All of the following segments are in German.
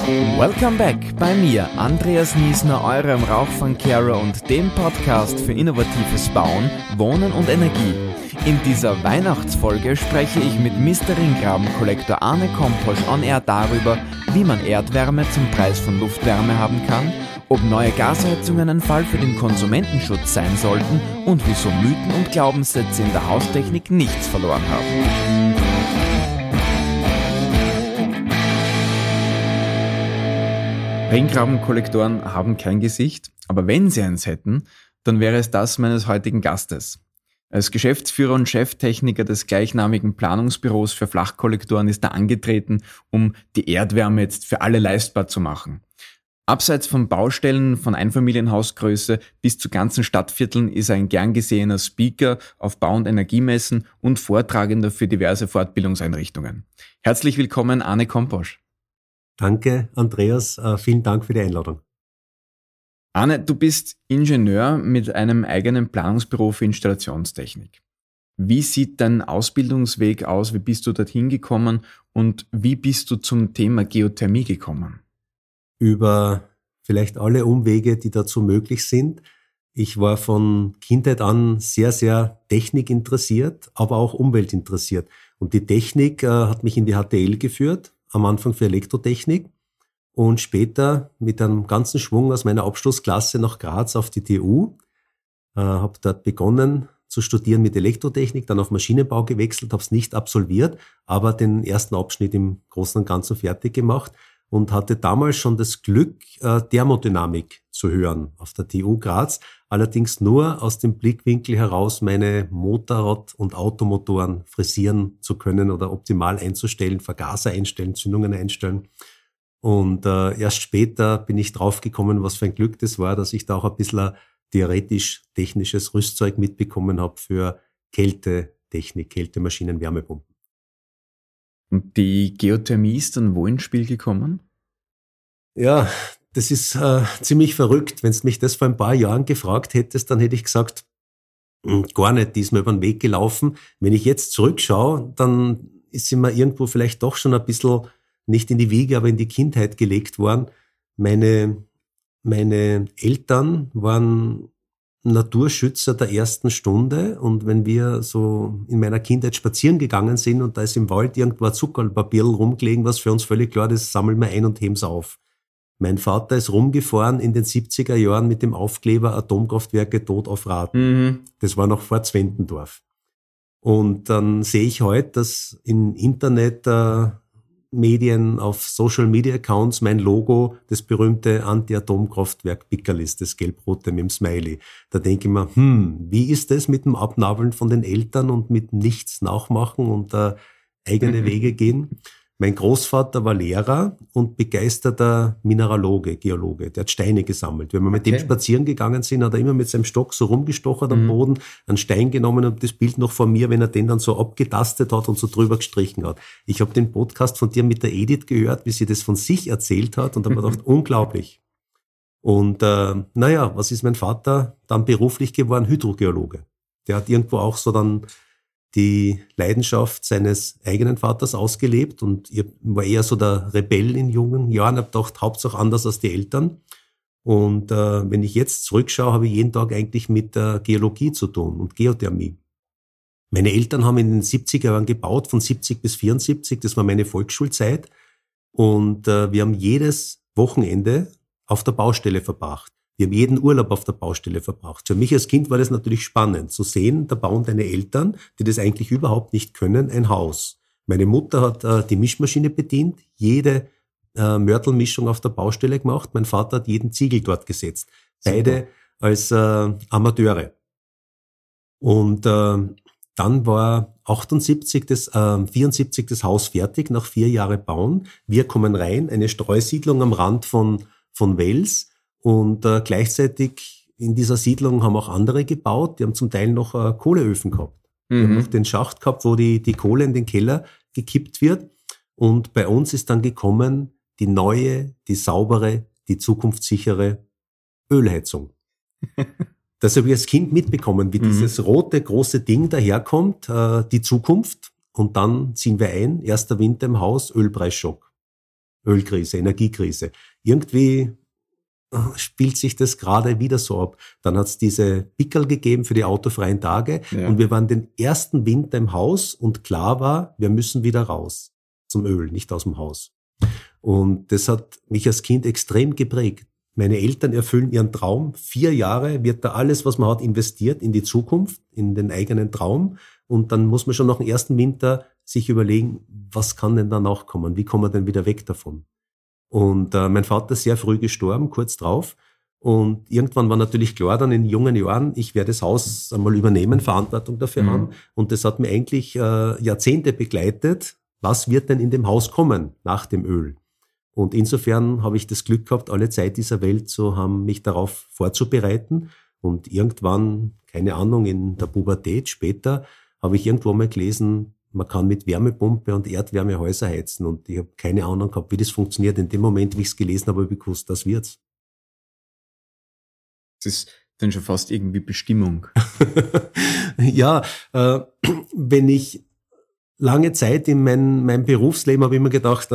Welcome back bei mir, Andreas Niesner, eurem Rauchfangkehrer und dem Podcast für innovatives Bauen, Wohnen und Energie. In dieser Weihnachtsfolge spreche ich mit Mr. Ringgrabenkollektor Arne Komposch on Air darüber, wie man Erdwärme zum Preis von Luftwärme haben kann, ob neue Gasheizungen ein Fall für den Konsumentenschutz sein sollten und wieso Mythen und Glaubenssätze in der Haustechnik nichts verloren haben. Ringgrabenkollektoren haben kein Gesicht, aber wenn sie eins hätten, dann wäre es das meines heutigen Gastes. Als Geschäftsführer und Cheftechniker des gleichnamigen Planungsbüros für Flachkollektoren ist er angetreten, um die Erdwärme jetzt für alle leistbar zu machen. Abseits von Baustellen von Einfamilienhausgröße bis zu ganzen Stadtvierteln ist er ein gern gesehener Speaker auf Bau- und Energiemessen und Vortragender für diverse Fortbildungseinrichtungen. Herzlich willkommen, Arne Komposch. Danke, Andreas. Vielen Dank für die Einladung. Arne, du bist Ingenieur mit einem eigenen Planungsbüro für Installationstechnik. Wie sieht dein Ausbildungsweg aus? Wie bist du dorthin gekommen und wie bist du zum Thema Geothermie gekommen? Über vielleicht alle Umwege, die dazu möglich sind. Ich war von Kindheit an sehr, sehr technikinteressiert, aber auch umweltinteressiert. Und die Technik hat mich in die HTL geführt, am Anfang für Elektrotechnik und später mit einem ganzen Schwung aus meiner Abschlussklasse nach Graz auf die TU. Habe dort begonnen zu studieren mit Elektrotechnik, dann auf Maschinenbau gewechselt, habe es nicht absolviert, aber den ersten Abschnitt im Großen und Ganzen fertig gemacht und hatte damals schon das Glück, Thermodynamik zu hören auf der TU Graz, allerdings nur aus dem Blickwinkel heraus, meine Motorrad- und Automotoren frisieren zu können oder optimal einzustellen, Vergaser einstellen, Zündungen einstellen. Und erst später bin ich draufgekommen, was für ein Glück das war, dass ich da auch ein bisschen theoretisch-technisches Rüstzeug mitbekommen habe für Kältetechnik, Kältemaschinen, Wärmepumpen. Und die Geothermie ist dann wo ins Spiel gekommen? Ja, das ist ziemlich verrückt. Wenn du mich das vor ein paar Jahren gefragt hättest, dann hätte ich gesagt, gar nicht, die ist mir über den Weg gelaufen. Wenn ich jetzt zurückschaue, dann ist sie mir irgendwo vielleicht doch schon ein bisschen nicht in die Wiege, aber in die Kindheit gelegt worden. Meine Eltern waren Naturschützer der ersten Stunde und wenn wir so in meiner Kindheit spazieren gegangen sind und da ist im Wald irgendwo ein Zuckerpapier rumgelegen, was für uns völlig klar, das sammeln wir ein und heben es auf. Mein Vater ist rumgefahren in den 70er Jahren mit dem Aufkleber Atomkraftwerke tot auf Raten. Das war noch vor Zwentendorf. Und dann sehe ich heute, dass in Internet Medien, auf Social Media Accounts mein Logo, das berühmte Anti-Atomkraftwerk Pickerl ist, das gelb-rote mit dem Smiley. Da denke ich mir, wie ist das mit dem Abnabeln von den Eltern und mit nichts nachmachen und eigene Wege gehen? Mein Großvater war Lehrer und begeisterter Mineraloge, Geologe. Der hat Steine gesammelt. Wenn wir mit dem spazieren gegangen sind, hat er immer mit seinem Stock so rumgestochert am Boden, einen Stein genommen und das Bild noch vor mir, wenn er den dann so abgetastet hat und so drüber gestrichen hat. Ich habe den Podcast von dir mit der Edith gehört, wie sie das von sich erzählt hat und habe mir gedacht, unglaublich. Und was ist mein Vater dann beruflich geworden? Hydrogeologe. Der hat irgendwo auch so dann die Leidenschaft seines eigenen Vaters ausgelebt und ich war eher so der Rebell in jungen Jahren, habe gedacht, Hauptsache anders als die Eltern. Und wenn ich jetzt zurückschaue, habe ich jeden Tag eigentlich mit der Geologie zu tun und Geothermie. Meine Eltern haben in den 70er Jahren gebaut, von 70 bis 74, das war meine Volksschulzeit. Und wir haben jedes Wochenende auf der Baustelle verbracht. Wir haben jeden Urlaub auf der Baustelle verbracht. Für mich als Kind war das natürlich spannend, zu sehen, da bauen deine Eltern, die das eigentlich überhaupt nicht können, ein Haus. Meine Mutter hat die Mischmaschine bedient, jede Mörtelmischung auf der Baustelle gemacht. Mein Vater hat jeden Ziegel dort gesetzt. Beide als Amateure. Und dann war 74 das Haus fertig, nach 4 Jahren Bauen. Wir kommen rein, eine Streusiedlung am Rand von Wels. Und gleichzeitig in dieser Siedlung haben auch andere gebaut. Die haben zum Teil noch Kohleöfen gehabt. Wir haben noch den Schacht gehabt, wo die Kohle in den Keller gekippt wird. Und bei uns ist dann gekommen die neue, die saubere, die zukunftssichere Ölheizung. Das habe ich als Kind mitbekommen, wie dieses rote, große Ding daherkommt, die Zukunft. Und dann ziehen wir ein, erster Winter im Haus, Ölpreisschock. Ölkrise, Energiekrise. Irgendwie spielt sich das gerade wieder so ab. Dann hat es diese Pickel gegeben für die autofreien Tage und wir waren den ersten Winter im Haus und klar war, wir müssen wieder raus zum Öl, nicht aus dem Haus. Und das hat mich als Kind extrem geprägt. Meine Eltern erfüllen ihren Traum. 4 Jahre wird da alles, was man hat, investiert in die Zukunft, in den eigenen Traum. Und dann muss man schon nach dem ersten Winter sich überlegen, was kann denn danach kommen? Wie kommen wir denn wieder weg davon? Und mein Vater ist sehr früh gestorben, kurz drauf. Und irgendwann war natürlich klar dann in jungen Jahren, ich werde das Haus einmal übernehmen, Verantwortung dafür haben. Und das hat mir eigentlich Jahrzehnte begleitet. Was wird denn in dem Haus kommen nach dem Öl? Und insofern habe ich das Glück gehabt, alle Zeit dieser Welt zu haben, mich darauf vorzubereiten. Und irgendwann, keine Ahnung, in der Pubertät später, habe ich irgendwo mal gelesen, man kann mit Wärmepumpe und Erdwärme Häuser heizen. Und ich habe keine Ahnung gehabt, wie das funktioniert. In dem Moment, wie ich es gelesen habe, habe ich gewusst, das wird's. Das ist dann schon fast irgendwie Bestimmung. Ja, wenn ich lange Zeit in meinem Berufsleben habe ich immer gedacht,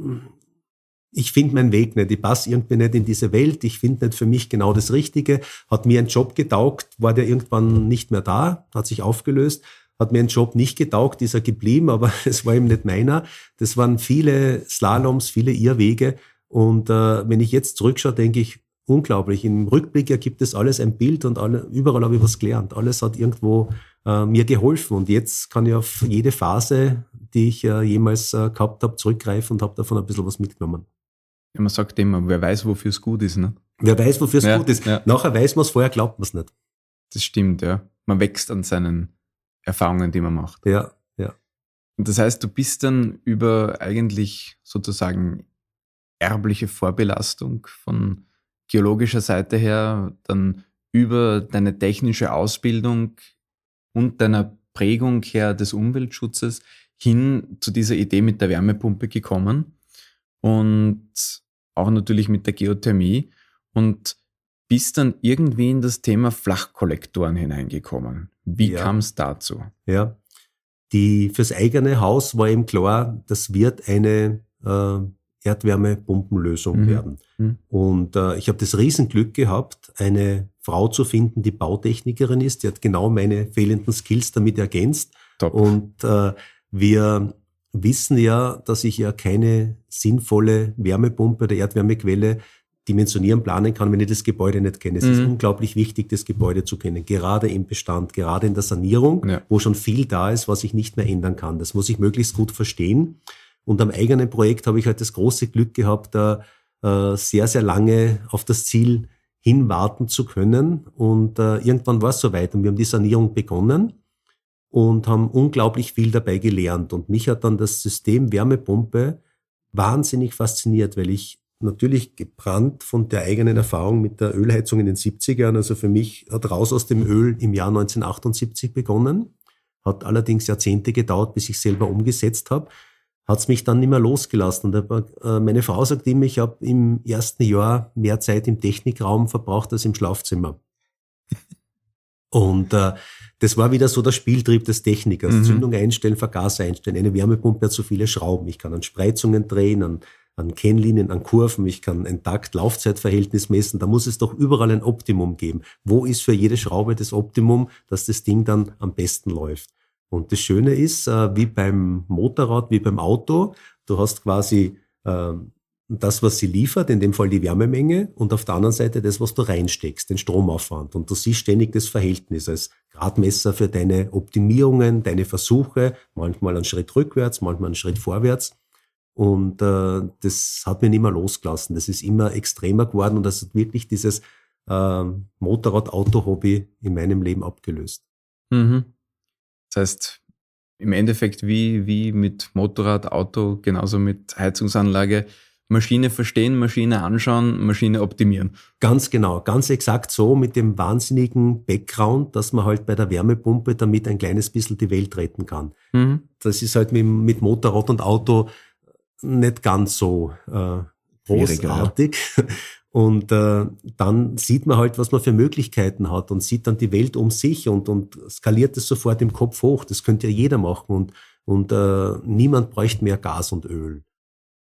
ich finde meinen Weg nicht, ich passe irgendwie nicht in diese Welt, ich finde nicht für mich genau das Richtige. Hat mir ein Job getaugt, war der irgendwann nicht mehr da, hat sich aufgelöst. Hat mir ein Job nicht getaugt, ist er geblieben, aber es war eben nicht meiner. Das waren viele Slaloms, viele Irrwege. Und wenn ich jetzt zurückschaue, denke ich, unglaublich. Im Rückblick ergibt es alles ein Bild und überall habe ich was gelernt. Alles hat irgendwo mir geholfen. Und jetzt kann ich auf jede Phase, die ich jemals gehabt habe, zurückgreifen und habe davon ein bisschen was mitgenommen. Ja, man sagt immer, wer weiß, wofür es gut ist. Ne? Wer weiß, wofür es gut ist. Ja. Nachher weiß man es, vorher glaubt man es nicht. Das stimmt, ja. Man wächst an seinen Erfahrungen, die man macht. Ja, ja. Und das heißt, du bist dann über eigentlich sozusagen erbliche Vorbelastung von geologischer Seite her, dann über deine technische Ausbildung und deiner Prägung her des Umweltschutzes hin zu dieser Idee mit der Wärmepumpe gekommen und auch natürlich mit der Geothermie und bist dann irgendwie in das Thema Flachkollektoren hineingekommen. Wie kam es dazu? Ja, fürs eigene Haus war eben klar, das wird eine Erdwärmepumpenlösung werden. Und ich habe das Riesenglück gehabt, eine Frau zu finden, die Bautechnikerin ist. Die hat genau meine fehlenden Skills damit ergänzt. Top. Und wir wissen ja, dass ich ja keine sinnvolle Wärmepumpe oder Erdwärmequelle dimensionieren, planen kann, wenn ich das Gebäude nicht kenne. Es ist unglaublich wichtig, das Gebäude zu kennen, gerade im Bestand, gerade in der Sanierung, wo schon viel da ist, was ich nicht mehr ändern kann. Das muss ich möglichst gut verstehen. Und am eigenen Projekt habe ich halt das große Glück gehabt, da sehr, sehr lange auf das Ziel hinwarten zu können. Und irgendwann war es soweit und wir haben die Sanierung begonnen und haben unglaublich viel dabei gelernt. Und mich hat dann das System Wärmepumpe wahnsinnig fasziniert, weil ich natürlich gebrannt von der eigenen Erfahrung mit der Ölheizung in den 70ern. Also für mich hat raus aus dem Öl im Jahr 1978 begonnen. Hat allerdings Jahrzehnte gedauert, bis ich selber umgesetzt habe. Hat es mich dann nicht mehr losgelassen. Und meine Frau sagt immer, ich habe im ersten Jahr mehr Zeit im Technikraum verbraucht als im Schlafzimmer. Und das war wieder so der Spieltrieb des Technikers. Zündung einstellen, Vergaser einstellen. Eine Wärmepumpe hat so viele Schrauben. Ich kann an Spreizungen drehen, an Kennlinien, an Kurven. Ich kann ein Takt-Laufzeitverhältnis messen. Da muss es doch überall ein Optimum geben. Wo ist für jede Schraube das Optimum, dass das Ding dann am besten läuft? Und das Schöne ist, wie beim Motorrad, wie beim Auto, du hast quasi das, was sie liefert, in dem Fall die Wärmemenge, und auf der anderen Seite das, was du reinsteckst, den Stromaufwand. Und du siehst ständig das Verhältnis als Gradmesser für deine Optimierungen, deine Versuche, manchmal einen Schritt rückwärts, manchmal einen Schritt vorwärts. Und das hat mir nicht mehr losgelassen. Das ist immer extremer geworden und das hat wirklich dieses Motorrad-Auto-Hobby in meinem Leben abgelöst. Mhm. Das heißt, im Endeffekt wie mit Motorrad, Auto, genauso mit Heizungsanlage, Maschine verstehen, Maschine anschauen, Maschine optimieren. Ganz genau, ganz exakt so, mit dem wahnsinnigen Background, dass man halt bei der Wärmepumpe damit ein kleines bisschen die Welt retten kann. Das ist halt mit Motorrad und Auto nicht ganz so großartig. Ja. Und dann sieht man halt, was man für Möglichkeiten hat und sieht dann die Welt um sich und skaliert es sofort im Kopf hoch. Das könnte ja jeder machen und niemand bräuchte mehr Gas und Öl.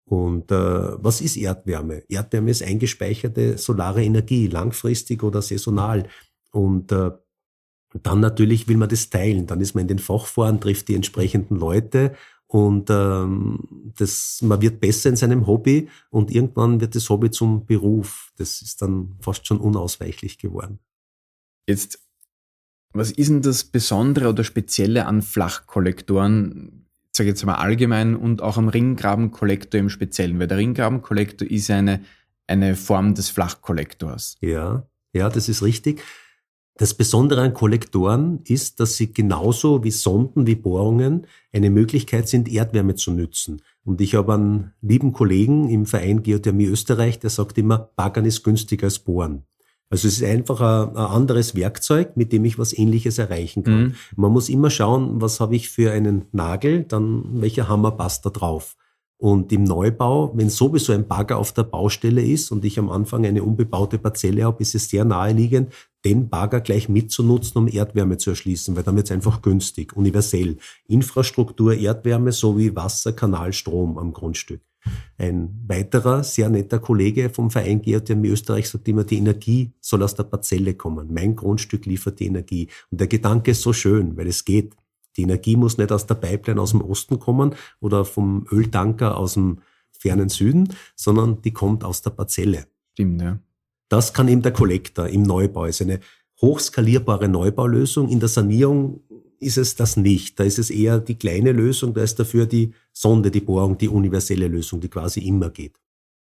Und was ist Erdwärme? Erdwärme ist eingespeicherte solare Energie, langfristig oder saisonal. Und dann natürlich will man das teilen. Dann ist man in den Fachforen, trifft die entsprechenden Leute und man wird besser in seinem Hobby und irgendwann wird das Hobby zum Beruf. Das ist dann fast schon unausweichlich geworden. Jetzt, was ist denn das Besondere oder Spezielle an Flachkollektoren, ich sage jetzt mal allgemein, und auch am Ringgrabenkollektor im Speziellen? Weil der Ringgrabenkollektor ist eine Form des Flachkollektors. Ja, das ist richtig. Das Besondere an Kollektoren ist, dass sie genauso wie Sonden, wie Bohrungen eine Möglichkeit sind, Erdwärme zu nützen. Und ich habe einen lieben Kollegen im Verein Geothermie Österreich, der sagt immer, Baggern ist günstiger als Bohren. Also es ist einfach ein anderes Werkzeug, mit dem ich was Ähnliches erreichen kann. Mhm. Man muss immer schauen, was habe ich für einen Nagel, dann welcher Hammer passt da drauf. Und im Neubau, wenn sowieso ein Bagger auf der Baustelle ist und ich am Anfang eine unbebaute Parzelle habe, ist es sehr naheliegend, den Bagger gleich mitzunutzen, um Erdwärme zu erschließen, weil dann wird es einfach günstig, universell. Infrastruktur, Erdwärme sowie Wasser, Kanal, Strom am Grundstück. Ein weiterer sehr netter Kollege vom Verein Geothermie Österreich sagt immer, die Energie soll aus der Parzelle kommen. Mein Grundstück liefert die Energie. Und der Gedanke ist so schön, weil es geht. Die Energie muss nicht aus der Pipeline aus dem Osten kommen oder vom Öltanker aus dem fernen Süden, sondern die kommt aus der Parzelle. Stimmt, ja. Das kann eben der Kollektor im Neubau. Es ist eine hochskalierbare Neubaulösung. In der Sanierung ist es das nicht. Da ist es eher die kleine Lösung, da ist dafür die Sonde, die Bohrung, die universelle Lösung, die quasi immer geht.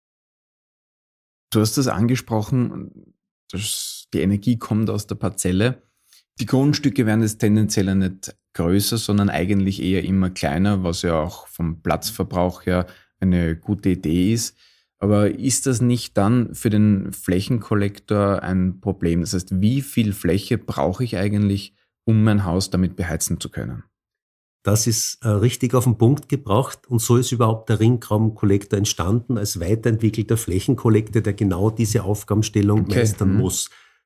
Du hast das angesprochen, dass die Energie kommt aus der Parzelle. Die Grundstücke werden jetzt tendenziell nicht größer, sondern eigentlich eher immer kleiner, was ja auch vom Platzverbrauch her eine gute Idee ist. Aber ist das nicht dann für den Flächenkollektor ein Problem? Das heißt, wie viel Fläche brauche ich eigentlich, um mein Haus damit beheizen zu können? Das ist richtig auf den Punkt gebracht und so ist überhaupt der Ringgrabenkollektor entstanden als weiterentwickelter Flächenkollektor, der genau diese Aufgabenstellung meistern muss.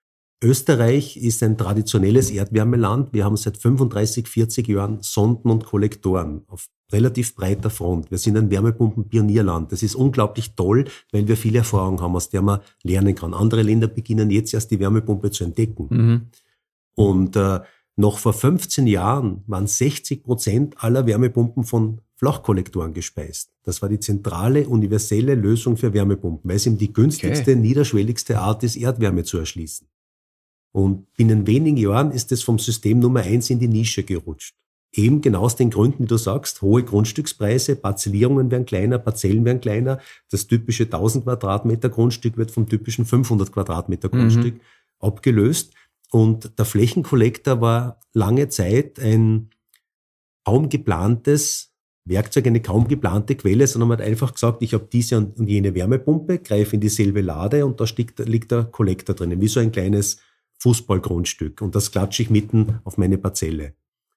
Österreich ist ein traditionelles Erdwärmeland. Wir haben seit 35, 40 Jahren Sonden und Kollektoren auf relativ breiter Front. Wir sind ein Wärmepumpen-Pionierland. Das ist unglaublich toll, weil wir viel Erfahrung haben, aus der man lernen kann. Andere Länder beginnen jetzt erst die Wärmepumpe zu entdecken. Mhm. Und noch vor 15 Jahren waren 60% aller Wärmepumpen von Flachkollektoren gespeist. Das war die zentrale, universelle Lösung für Wärmepumpen, weil es eben die günstigste, niederschwelligste Art ist, Erdwärme zu erschließen. Und binnen wenigen Jahren ist es vom System Nummer 1 in die Nische gerutscht. Eben genau aus den Gründen, die du sagst, hohe Grundstückspreise, Parzellierungen werden kleiner, Parzellen werden kleiner. Das typische 1000 Quadratmeter Grundstück wird vom typischen 500 Quadratmeter Grundstück abgelöst. Und der Flächenkollektor war lange Zeit ein kaum geplantes Werkzeug, eine kaum geplante Quelle, sondern man hat einfach gesagt, ich habe diese und jene Wärmepumpe, greife in dieselbe Lade und da liegt der Kollektor drinnen, wie so ein kleines Fußballgrundstück. Und das klatsche ich mitten auf meine Parzelle.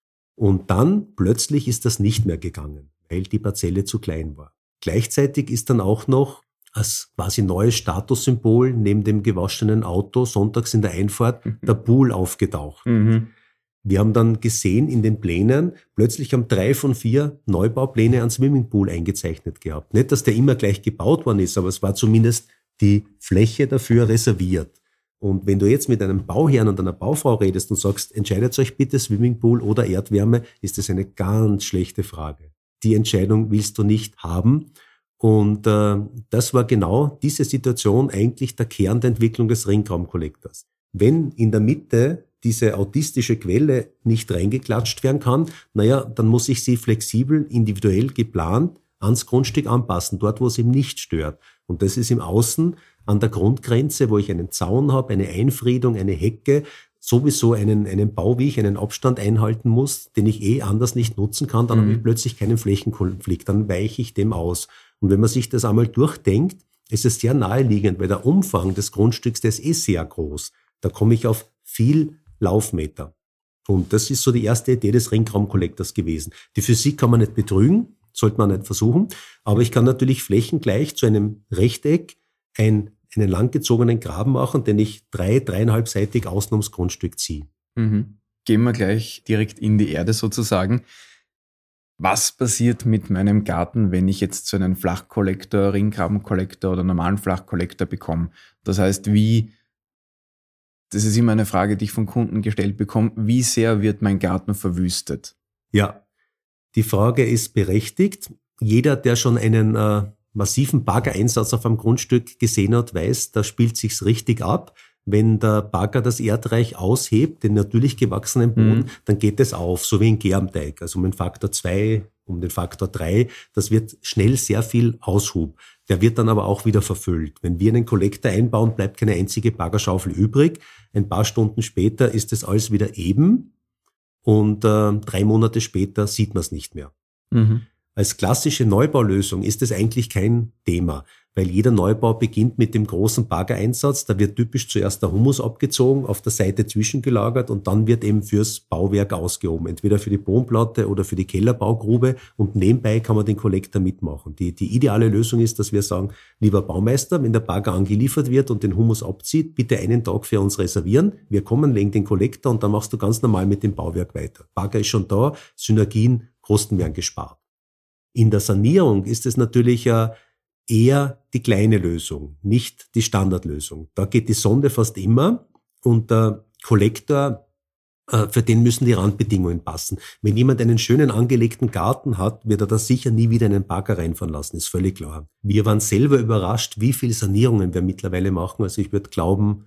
Und dann plötzlich ist das nicht mehr gegangen, weil die Parzelle zu klein war. Gleichzeitig ist dann auch noch als quasi neues Statussymbol neben dem gewaschenen Auto sonntags in der Einfahrt der Pool aufgetaucht. Mhm. Wir haben dann gesehen in den Plänen, plötzlich haben 3 von 4 Neubaupläne einen Swimmingpool eingezeichnet gehabt. Nicht, dass der immer gleich gebaut worden ist, aber es war zumindest die Fläche dafür reserviert. Und wenn du jetzt mit einem Bauherrn und einer Baufrau redest und sagst, entscheidet euch bitte Swimmingpool oder Erdwärme, ist das eine ganz schlechte Frage. Die Entscheidung willst du nicht haben. Und das war genau diese Situation eigentlich der Kern der Entwicklung des Ringgrabenkollektors. Wenn in der Mitte diese autistische Quelle nicht reingeklatscht werden kann, dann muss ich sie flexibel, individuell geplant ans Grundstück anpassen, dort wo es ihm nicht stört. Und das ist im Außen an der Grundgrenze, wo ich einen Zaun habe, eine Einfriedung, eine Hecke, sowieso einen Bauweg, einen Abstand einhalten muss, den ich anders nicht nutzen kann, dann habe ich plötzlich keinen Flächenkonflikt, dann weiche ich dem aus. Und wenn man sich das einmal durchdenkt, ist es sehr naheliegend, weil der Umfang des Grundstücks, der ist sehr groß. Da komme ich auf viel Laufmeter. Und das ist so die erste Idee des Ringgrabenkollektors gewesen. Die Physik kann man nicht betrügen, sollte man nicht versuchen, aber ich kann natürlich flächengleich zu einem Rechteck einen langgezogenen Graben machen, den ich 3,5-seitig außen ums Grundstück ziehe. Mhm. Gehen wir gleich direkt in die Erde sozusagen. Was passiert mit meinem Garten, wenn ich jetzt so einen Flachkollektor, Ringgrabenkollektor oder normalen Flachkollektor bekomme? Das heißt, das ist immer eine Frage, die ich von Kunden gestellt bekomme, wie sehr wird mein Garten verwüstet? Ja, die Frage ist berechtigt. Jeder, der schon einen massiven Baggereinsatz auf einem Grundstück gesehen hat, weiß, da spielt sich's richtig ab. Wenn der Bagger das Erdreich aushebt, den natürlich gewachsenen Boden, dann geht es auf, so wie ein Gärmteig. Also um den Faktor 2, um den Faktor 3, das wird schnell sehr viel Aushub. Der wird dann aber auch wieder verfüllt. Wenn wir einen Kollektor einbauen, bleibt keine einzige Baggerschaufel übrig. Ein paar Stunden später ist das alles wieder eben und 3 Monate später sieht man es nicht mehr. Mhm. Als klassische Neubaulösung ist es eigentlich kein Thema, weil jeder Neubau beginnt mit dem großen Baggereinsatz. Da wird typisch zuerst der Humus abgezogen, auf der Seite zwischengelagert und dann wird eben fürs Bauwerk ausgehoben, entweder für die Bodenplatte oder für die Kellerbaugrube und nebenbei kann man den Kollektor mitmachen. Die ideale Lösung ist, dass wir sagen, lieber Baumeister, wenn der Bagger angeliefert wird und den Humus abzieht, bitte einen Tag für uns reservieren. Wir kommen, legen den Kollektor und dann machst du ganz normal mit dem Bauwerk weiter. Bagger ist schon da, Synergien, Kosten werden gespart. In der Sanierung ist es natürlich eher die kleine Lösung, nicht die Standardlösung. Da geht die Sonde fast immer und der Kollektor, für den müssen die Randbedingungen passen. Wenn jemand einen schönen angelegten Garten hat, wird er da sicher nie wieder in einen Bagger reinfahren lassen, ist völlig klar. Wir waren selber überrascht, wie viele Sanierungen wir mittlerweile machen. Also ich würde glauben,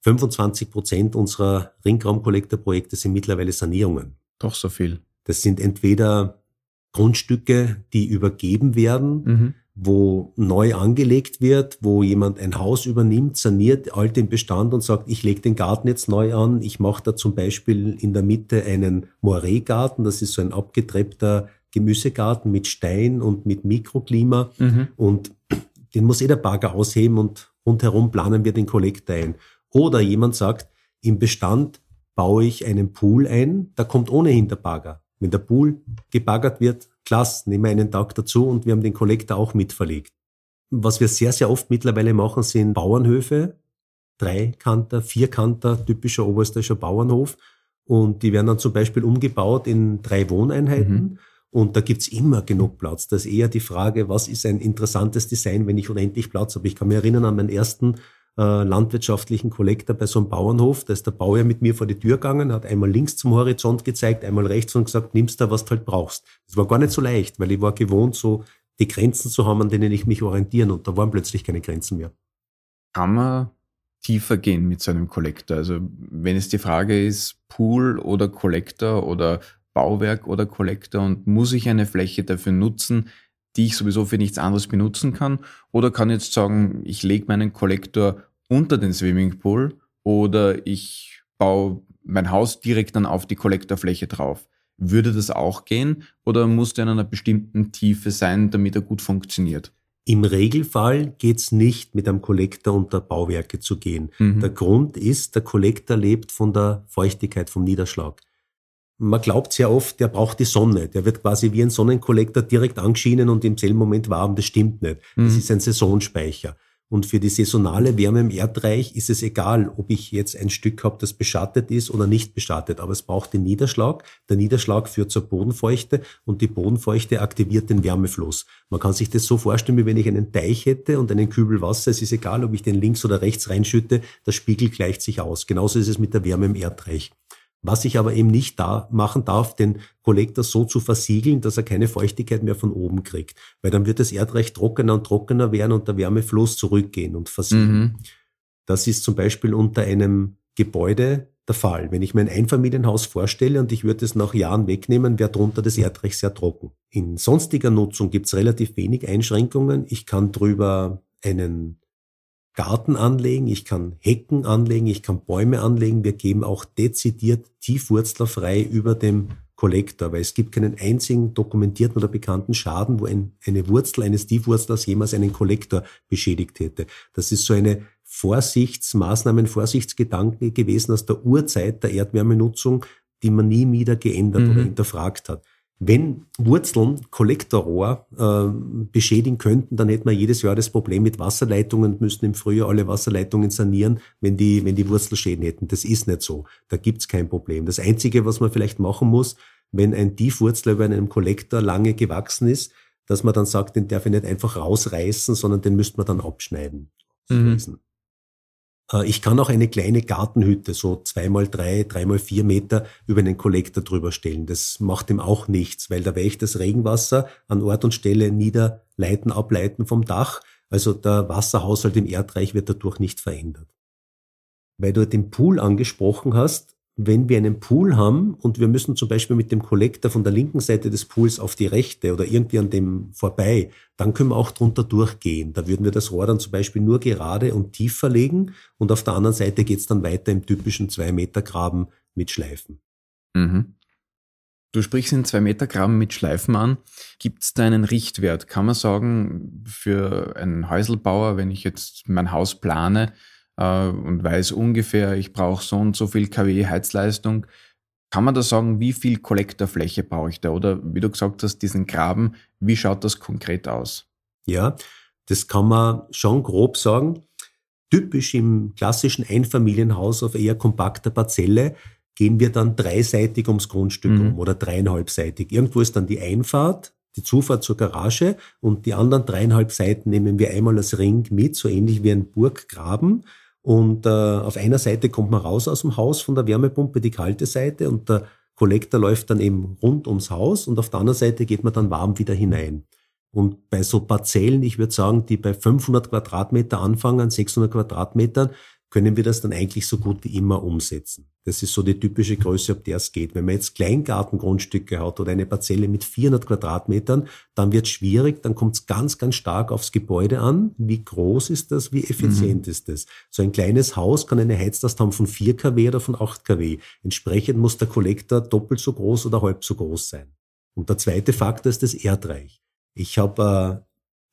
25% unserer Ringraumkollektorprojekte sind mittlerweile Sanierungen. Doch so viel. Das sind entweder Grundstücke, die übergeben werden, wo neu angelegt wird, wo jemand ein Haus übernimmt, saniert alt den Bestand und sagt, ich lege den Garten jetzt neu an. Ich mache da zum Beispiel in der Mitte einen Moiré-Garten, das ist so ein abgetreppter Gemüsegarten mit Stein und mit Mikroklima und den muss der Bagger ausheben und rundherum planen wir den Kollektor ein. Oder jemand sagt, im Bestand baue ich einen Pool ein, da kommt ohnehin der Bagger. Wenn der Pool gebaggert wird, klasse, nehmen wir einen Tag dazu und wir haben den Kollektor auch mitverlegt. Was wir sehr, sehr oft mittlerweile machen, sind Bauernhöfe, 3-Kanter, 4-Kanter, typischer oberösterreichischer Bauernhof. Und die werden dann zum Beispiel umgebaut in 3 Wohneinheiten. Und da gibt's immer genug Platz. Das ist eher die Frage, was ist ein interessantes Design, wenn ich unendlich Platz habe. Ich kann mich erinnern an meinen ersten landwirtschaftlichen Kollektor bei so einem Bauernhof. Da ist der Bauherr mit mir vor die Tür gegangen, hat einmal links zum Horizont gezeigt, einmal rechts und gesagt, nimmst da, was du halt brauchst. Das war gar nicht so leicht, weil ich war gewohnt, so die Grenzen zu haben, an denen ich mich orientieren und da waren plötzlich keine Grenzen mehr. Kann man tiefer gehen mit so einem Kollektor? Also wenn es die Frage ist, Pool oder Kollektor oder Bauwerk oder Kollektor und muss ich eine Fläche dafür nutzen, die ich sowieso für nichts anderes benutzen kann? Oder kann ich jetzt sagen, ich lege meinen Kollektor unter den Swimmingpool oder ich baue mein Haus direkt dann auf die Kollektorfläche drauf? Würde das auch gehen oder muss der in einer bestimmten Tiefe sein, damit er gut funktioniert? Im Regelfall geht's nicht, mit einem Kollektor unter Bauwerke zu gehen. Der Grund ist, der Kollektor lebt von der Feuchtigkeit, vom Niederschlag. Man glaubt sehr oft, der braucht die Sonne. Der wird quasi wie ein Sonnenkollektor direkt angeschienen und im selben Moment warm. Das stimmt nicht. Das ist ein Saisonspeicher. Und für die saisonale Wärme im Erdreich ist es egal, ob ich jetzt ein Stück habe, das beschattet ist oder nicht beschattet. Aber es braucht den Niederschlag. Der Niederschlag führt zur Bodenfeuchte und die Bodenfeuchte aktiviert den Wärmefluss. Man kann sich das so vorstellen, wie wenn ich einen Teich hätte und einen Kübel Wasser. Es ist egal, ob ich den links oder rechts reinschütte. Der Spiegel gleicht sich aus. Genauso ist es mit der Wärme im Erdreich. Was ich aber eben nicht machen darf, den Kollektor so zu versiegeln, dass er keine Feuchtigkeit mehr von oben kriegt. Weil dann wird das Erdreich trockener und trockener werden und der Wärmefluss zurückgehen und versiegeln. Das ist zum Beispiel unter einem Gebäude der Fall. Wenn ich mir ein Einfamilienhaus vorstelle und ich würde es nach Jahren wegnehmen, wäre drunter das Erdreich sehr trocken. In sonstiger Nutzung gibt es relativ wenig Einschränkungen. Ich kann drüber einen Garten anlegen, ich kann Hecken anlegen, ich kann Bäume anlegen. Wir geben auch dezidiert Tiefwurzler frei über dem Kollektor, weil es gibt keinen einzigen dokumentierten oder bekannten Schaden, wo eine Wurzel eines Tiefwurzlers jemals einen Kollektor beschädigt hätte. Das ist so eine Vorsichtsgedanke gewesen aus der Urzeit der Erdwärmenutzung, die man nie wieder geändert oder hinterfragt hat. Wenn Wurzeln Kollektorrohr beschädigen könnten, dann hätten wir jedes Jahr das Problem mit Wasserleitungen und müssten im Frühjahr alle Wasserleitungen sanieren, wenn die Wurzelschäden hätten. Das ist nicht so. Da gibt's kein Problem. Das Einzige, was man vielleicht machen muss, wenn ein Tiefwurzler über einem Kollektor lange gewachsen ist, dass man dann sagt, den darf ich nicht einfach rausreißen, sondern den müsste man dann abschneiden. Ich kann auch eine kleine Gartenhütte, so 2x3, 3x4 Meter über einen Kollektor drüber stellen. Das macht ihm auch nichts, weil da werde ich das Regenwasser an Ort und Stelle niederleiten, ableiten vom Dach. Also der Wasserhaushalt im Erdreich wird dadurch nicht verändert. Weil du den Pool angesprochen hast, wenn wir einen Pool haben und wir müssen zum Beispiel mit dem Kollektor von der linken Seite des Pools auf die rechte oder irgendwie an dem vorbei, dann können wir auch drunter durchgehen. Da würden wir das Rohr dann zum Beispiel nur gerade und tief verlegen und auf der anderen Seite geht's dann weiter im typischen 2 Meter Graben mit Schleifen. Mhm. Du sprichst den 2 Meter Graben mit Schleifen an. Gibt's da einen Richtwert? Kann man sagen, für einen Häuselbauer, wenn ich jetzt mein Haus plane, und weiß ungefähr, ich brauche so und so viel kW Heizleistung, kann man da sagen, wie viel Kollektorfläche brauche ich da? Oder wie du gesagt hast, diesen Graben, wie schaut das konkret aus? Ja, das kann man schon grob sagen. Typisch im klassischen Einfamilienhaus auf eher kompakter Parzelle gehen wir dann dreiseitig ums Grundstück um oder 3,5-seitig. Irgendwo ist dann die Einfahrt, die Zufahrt zur Garage und die anderen 3,5 Seiten nehmen wir einmal als Ring mit, so ähnlich wie ein Burggraben. Und auf einer Seite kommt man raus aus dem Haus von der Wärmepumpe, die kalte Seite, und der Kollektor läuft dann eben rund ums Haus und auf der anderen Seite geht man dann warm wieder hinein. Und bei so Parzellen, ich würde sagen, die bei 500 Quadratmeter anfangen, 600 Quadratmetern, können wir das dann eigentlich so gut wie immer umsetzen. Das ist so die typische Größe, ab der es geht. Wenn man jetzt Kleingartengrundstücke hat oder eine Parzelle mit 400 Quadratmetern, dann wird es schwierig, dann kommt es ganz, ganz stark aufs Gebäude an. Wie groß ist das, wie effizient ist das? So ein kleines Haus kann eine Heizlast haben von 4 kW oder von 8 kW. Entsprechend muss der Kollektor doppelt so groß oder halb so groß sein. Und der zweite Faktor ist das Erdreich. Ich habe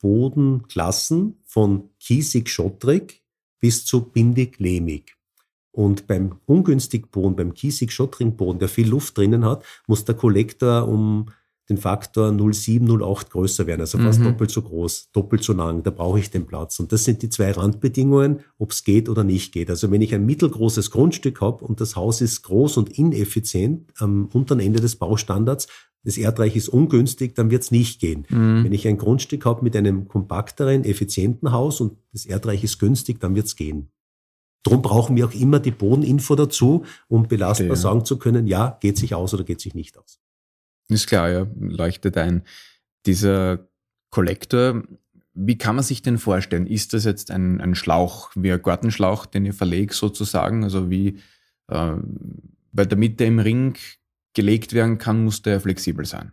Bodenklassen von kiesig-schottrig bis zu bindig-lehmig. Und beim ungünstigen Boden, beim kiesig-schottrigen Boden, der viel Luft drinnen hat, muss der Kollektor um den Faktor 0,7, 0,8 größer werden, also fast doppelt so groß, doppelt so lang, da brauche ich den Platz. Und das sind die 2 Randbedingungen, ob es geht oder nicht geht. Also wenn ich ein mittelgroßes Grundstück habe und das Haus ist groß und ineffizient am unteren Ende des Baustandards, das Erdreich ist ungünstig, dann wird es nicht gehen. Wenn ich ein Grundstück habe mit einem kompakteren, effizienten Haus und das Erdreich ist günstig, dann wird es gehen. Darum brauchen wir auch immer die Bodeninfo dazu, um belastbar sagen zu können, ja, geht sich aus oder geht sich nicht aus. Ist klar, ja, leuchtet ein. Dieser Kollektor, wie kann man sich denn vorstellen? Ist das jetzt ein Schlauch, wie ein Gartenschlauch, den ihr verlegt sozusagen? Also wie, weil damit der im Ring gelegt werden kann, muss der flexibel sein.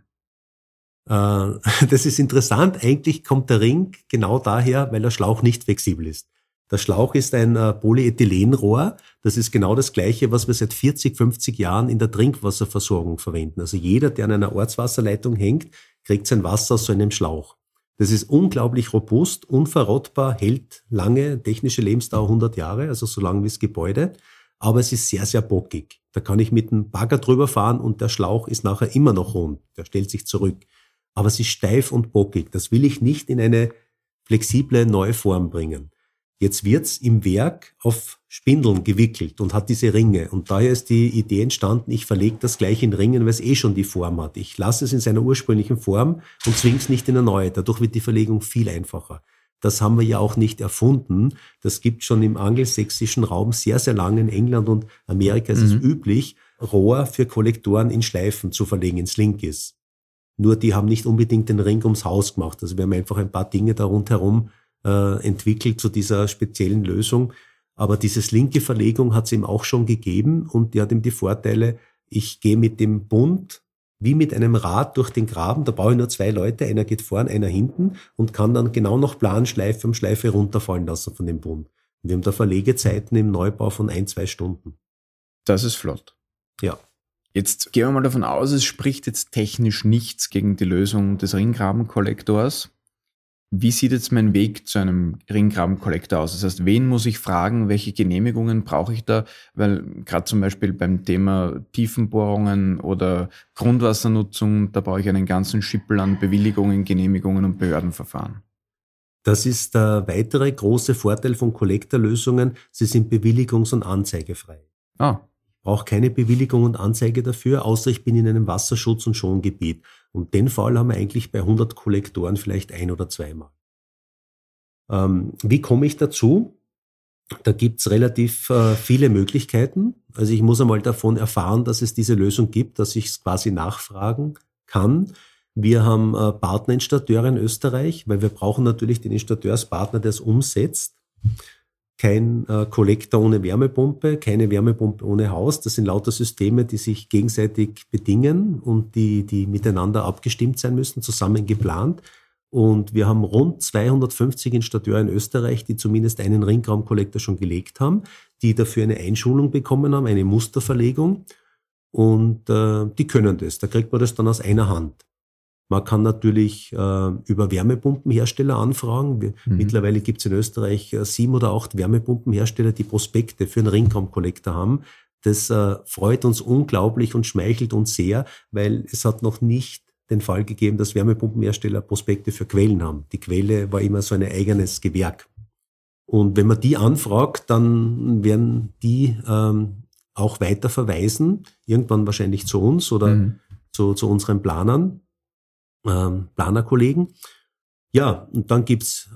Das ist interessant. Eigentlich kommt der Ring genau daher, weil der Schlauch nicht flexibel ist. Der Schlauch ist ein Polyethylenrohr. Das ist genau das Gleiche, was wir seit 40, 50 Jahren in der Trinkwasserversorgung verwenden. Also jeder, der an einer Ortswasserleitung hängt, kriegt sein Wasser aus so einem Schlauch. Das ist unglaublich robust, unverrottbar, hält lange, technische Lebensdauer 100 Jahre, also so lang wie das Gebäude. Aber es ist sehr, sehr bockig. Da kann ich mit einem Bagger drüber fahren und der Schlauch ist nachher immer noch rund. Der stellt sich zurück. Aber es ist steif und bockig. Das will ich nicht in eine flexible neue Form bringen. Jetzt wird's im Werk auf Spindeln gewickelt und hat diese Ringe. Und daher ist die Idee entstanden, ich verlege das gleich in Ringen, weil es eh schon die Form hat. Ich lasse es in seiner ursprünglichen Form und zwinge es nicht in eine neue. Dadurch wird die Verlegung viel einfacher. Das haben wir ja auch nicht erfunden. Das gibt schon im angelsächsischen Raum sehr, sehr lange. In England und Amerika ist es üblich, Rohr für Kollektoren in Schleifen zu verlegen, in Slinkies. Nur die haben nicht unbedingt den Ring ums Haus gemacht. Also wir haben einfach ein paar Dinge da rundherum entwickelt zu dieser speziellen Lösung. Aber diese Slinky-Verlegung hat es eben auch schon gegeben und die hat eben die Vorteile, ich gehe mit dem Bund wie mit einem Rad durch den Graben, da brauche ich nur 2 Leute, einer geht vorn, einer hinten und kann dann genau noch Planschleife um Schleife runterfallen lassen von dem Bund. Und wir haben da Verlegezeiten im Neubau von 1-2 Stunden. Das ist flott. Ja. Jetzt gehen wir mal davon aus, es spricht jetzt technisch nichts gegen die Lösung des Ringgrabenkollektors. Wie sieht jetzt mein Weg zu einem Ringgrabenkollektor aus? Das heißt, wen muss ich fragen, welche Genehmigungen brauche ich da? Weil gerade zum Beispiel beim Thema Tiefenbohrungen oder Grundwassernutzung, da brauche ich einen ganzen Schippel an Bewilligungen, Genehmigungen und Behördenverfahren. Das ist der weitere große Vorteil von Kollektorlösungen. Sie sind bewilligungs- und anzeigefrei. Ah. brauche keine Bewilligung und Anzeige dafür, außer ich bin in einem Wasserschutz- und Schongebiet. Und den Fall haben wir eigentlich bei 100 Kollektoren vielleicht ein- oder zweimal. Wie komme ich dazu? Da gibt's relativ viele Möglichkeiten. Also ich muss einmal davon erfahren, dass es diese Lösung gibt, dass ich es quasi nachfragen kann. Wir haben Partnerinstallateure in Österreich, weil wir brauchen natürlich den Installateurspartner, der es umsetzt. Kein Kollektor ohne Wärmepumpe, keine Wärmepumpe ohne Haus. Das sind lauter Systeme, die sich gegenseitig bedingen und die miteinander abgestimmt sein müssen, zusammen geplant. Und wir haben rund 250 Installateure in Österreich, die zumindest einen Ringraumkollektor schon gelegt haben, die dafür eine Einschulung bekommen haben, eine Musterverlegung. Und die können das. Da kriegt man das dann aus einer Hand. Man kann natürlich über Wärmepumpenhersteller anfragen. Mittlerweile gibt es in Österreich 7 oder 8 Wärmepumpenhersteller, die Prospekte für einen Ringraumkollektor haben. Das freut uns unglaublich und schmeichelt uns sehr, weil es hat noch nicht den Fall gegeben, dass Wärmepumpenhersteller Prospekte für Quellen haben. Die Quelle war immer so ein eigenes Gewerk. Und wenn man die anfragt, dann werden die auch weiter verweisen, irgendwann wahrscheinlich zu uns oder zu unseren Planern. Planerkollegen. Ja, und dann gibt's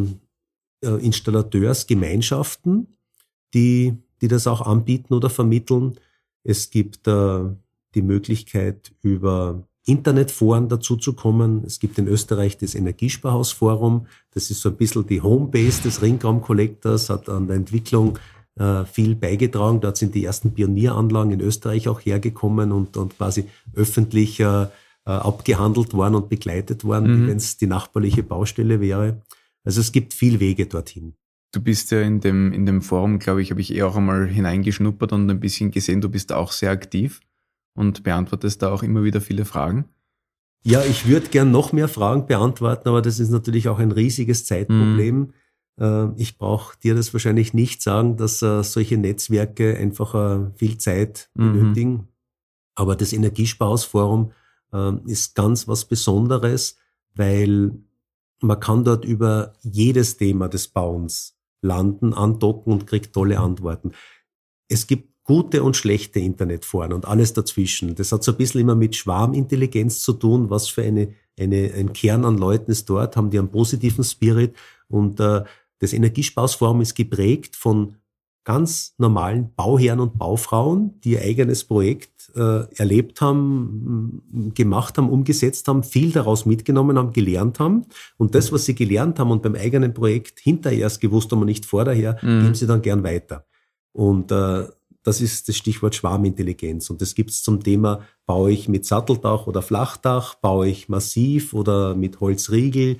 Installateursgemeinschaften, die das auch anbieten oder vermitteln. Es gibt die Möglichkeit, über Internetforen dazu zu kommen. Es gibt in Österreich das Energiesparhausforum. Das ist so ein bisschen die Homebase des Ringraumkollektors, hat an der Entwicklung viel beigetragen. Dort sind die ersten Pionieranlagen in Österreich auch hergekommen und quasi öffentlich abgehandelt worden und begleitet worden, wie wenn es die nachbarliche Baustelle wäre. Also es gibt viel Wege dorthin. Du bist ja in dem Forum, glaube ich, habe ich auch einmal hineingeschnuppert und ein bisschen gesehen, du bist auch sehr aktiv und beantwortest da auch immer wieder viele Fragen. Ja, ich würde gern noch mehr Fragen beantworten, aber das ist natürlich auch ein riesiges Zeitproblem. Ich brauche dir das wahrscheinlich nicht sagen, dass solche Netzwerke einfach viel Zeit benötigen. Aber das Energiesparhausforum ist ganz was Besonderes, weil man kann dort über jedes Thema des Bauens landen, andocken und kriegt tolle Antworten. Es gibt gute und schlechte Internetforen und alles dazwischen. Das hat so ein bisschen immer mit Schwarmintelligenz zu tun, was für ein Kern an Leuten ist dort, haben die einen positiven Spirit. Und das Energiesparhausforum ist geprägt von ganz normalen Bauherren und Baufrauen, die ihr eigenes Projekt erlebt haben, gemacht haben, umgesetzt haben, viel daraus mitgenommen haben, gelernt haben. Und das, was sie gelernt haben und beim eigenen Projekt hinterher erst gewusst haben und nicht vorher, geben sie dann gern weiter. Und das ist das Stichwort Schwarmintelligenz. Und das gibt's zum Thema, baue ich mit Satteldach oder Flachdach, baue ich massiv oder mit Holzriegel,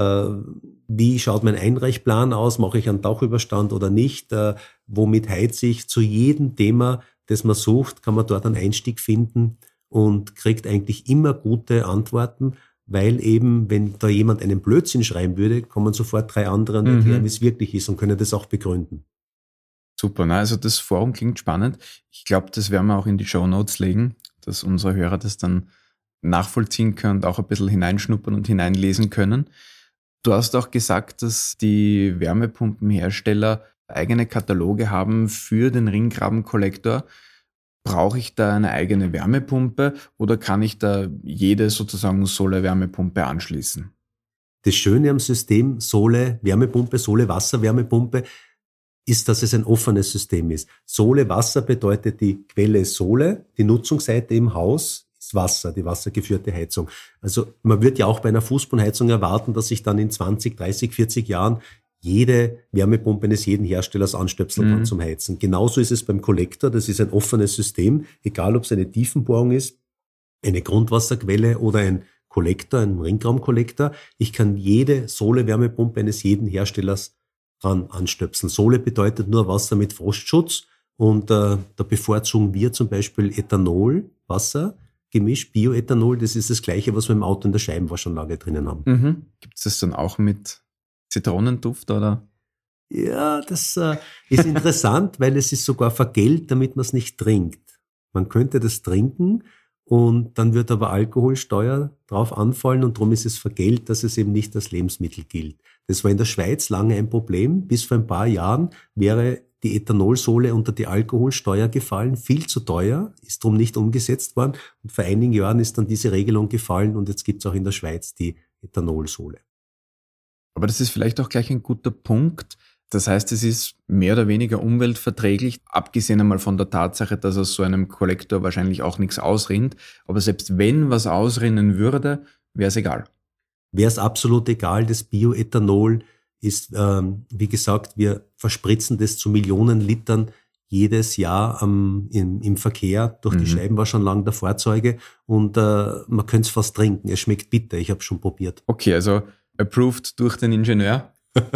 wie schaut mein Einreichplan aus, mache ich einen Dachüberstand oder nicht, womit heize ich. Zu jedem Thema, das man sucht, kann man dort einen Einstieg finden und kriegt eigentlich immer gute Antworten, weil eben, wenn da jemand einen Blödsinn schreiben würde, kommen sofort 3 andere und erklären, wie es wirklich ist und können das auch begründen. Super, also das Forum klingt spannend. Ich glaube, das werden wir auch in die Shownotes legen, dass unsere Hörer das dann nachvollziehen können und auch ein bisschen hineinschnuppern und hineinlesen können. Du hast auch gesagt, dass die Wärmepumpenhersteller eigene Kataloge haben für den Ringgrabenkollektor. Brauche ich da eine eigene Wärmepumpe oder kann ich da jede sozusagen Sohle-Wärmepumpe anschließen? Das Schöne am System Sohle-Wärmepumpe, Sohle-Wasser-Wärmepumpe ist, dass es ein offenes System ist. Sohle-Wasser bedeutet, die Quelle ist Sohle, die Nutzungsseite im Haus ist Wasser, die wassergeführte Heizung. Also man wird ja auch bei einer Fußbodenheizung erwarten, dass ich dann in 20, 30, 40 Jahren jede Wärmepumpe eines jeden Herstellers anstöpseln kann zum Heizen. Genauso ist es beim Kollektor. Das ist ein offenes System, egal ob es eine Tiefenbohrung ist, eine Grundwasserquelle oder ein Kollektor, ein Ringraumkollektor. Ich kann jede Sohle-Wärmepumpe eines jeden Herstellers dran anstöpseln. Sohle bedeutet nur Wasser mit Frostschutz und da bevorzugen wir zum Beispiel Ethanol, Wasser, gemischt, Bioethanol. Das ist das Gleiche, was wir im Auto in der Scheibenwaschanlage drinnen haben. Gibt es das dann auch mit Zitronenduft oder? Ja, das ist interessant, weil es ist sogar vergällt, damit man es nicht trinkt. Man könnte das trinken und dann wird aber Alkoholsteuer drauf anfallen und darum ist es vergällt, dass es eben nicht als Lebensmittel gilt. Das war in der Schweiz lange ein Problem. Bis vor ein paar Jahren wäre die Ethanolsohle unter die Alkoholsteuer gefallen, viel zu teuer, ist darum nicht umgesetzt worden. Und vor einigen Jahren ist dann diese Regelung gefallen und jetzt gibt es auch in der Schweiz die Ethanolsohle. Aber das ist vielleicht auch gleich ein guter Punkt. Das heißt, es ist mehr oder weniger umweltverträglich, abgesehen einmal von der Tatsache, dass aus so einem Kollektor wahrscheinlich auch nichts ausrinnt. Aber selbst wenn was ausrinnen würde, wäre es egal. Wäre es absolut egal, das Bioethanol ist, wie gesagt, wir verspritzen das zu Millionen Litern jedes Jahr im Verkehr durch die Scheibenwaschanlagen der Fahrzeuge und man könnte es fast trinken. Es schmeckt bitter, ich habe schon probiert. Okay, also approved durch den Ingenieur.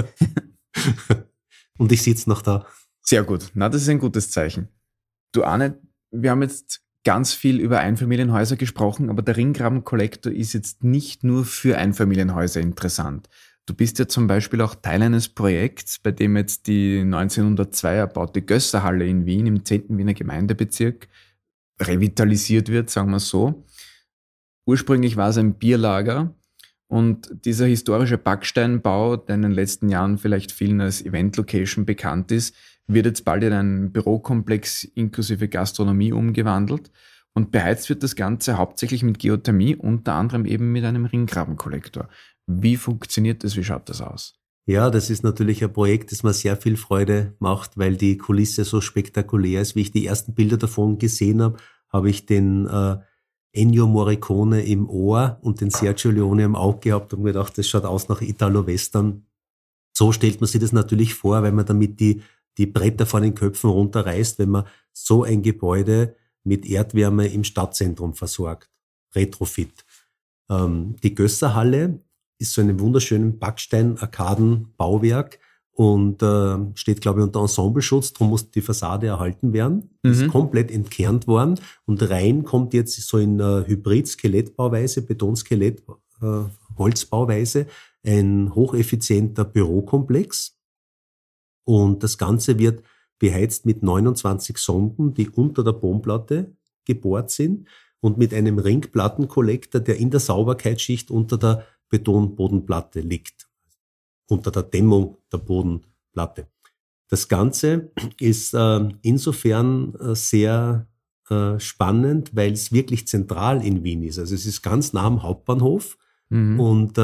Und ich sitze noch da. Sehr gut. Na, das ist ein gutes Zeichen. Du Arne, wir haben jetzt ganz viel über Einfamilienhäuser gesprochen, aber der Ringgrabenkollektor ist jetzt nicht nur für Einfamilienhäuser interessant. Du bist ja zum Beispiel auch Teil eines Projekts, bei dem jetzt die 1902 erbaute Gösserhalle in Wien im 10. Wiener Gemeindebezirk revitalisiert wird, sagen wir so. Ursprünglich war es ein Bierlager und dieser historische Backsteinbau, der in den letzten Jahren vielleicht vielen als Event-Location bekannt ist, wird jetzt bald in einen Bürokomplex inklusive Gastronomie umgewandelt und beheizt wird das Ganze hauptsächlich mit Geothermie, unter anderem eben mit einem Ringgrabenkollektor. Wie funktioniert das? Wie schaut das aus? Ja, das ist natürlich ein Projekt, das mir sehr viel Freude macht, weil die Kulisse so spektakulär ist. Wie ich die ersten Bilder davon gesehen habe, habe ich den Ennio Morricone im Ohr und den Sergio Leone im Auge gehabt und mir gedacht, das schaut aus nach Italo-Western. So stellt man sich das natürlich vor, wenn man damit die Bretter von den Köpfen runterreißt, wenn man so ein Gebäude mit Erdwärme im Stadtzentrum versorgt. Retrofit. Die Gösserhalle ist so ein wunderschönen Backstein-Arkaden-Bauwerk und steht, glaube ich, unter Ensembleschutz, darum muss die Fassade erhalten werden. Ist komplett entkernt worden und rein kommt jetzt so in Hybrid-Skelettbauweise, Betonskelett, Holzbauweise, ein hocheffizienter Bürokomplex und das Ganze wird beheizt mit 29 Sonden, die unter der Bodenplatte gebohrt sind und mit einem Ringplattenkollektor, der in der Sauberkeitsschicht unter der Betonbodenplatte liegt, unter der Dämmung der Bodenplatte. Das Ganze ist insofern sehr spannend, weil es wirklich zentral in Wien ist. Also es ist ganz nah am Hauptbahnhof und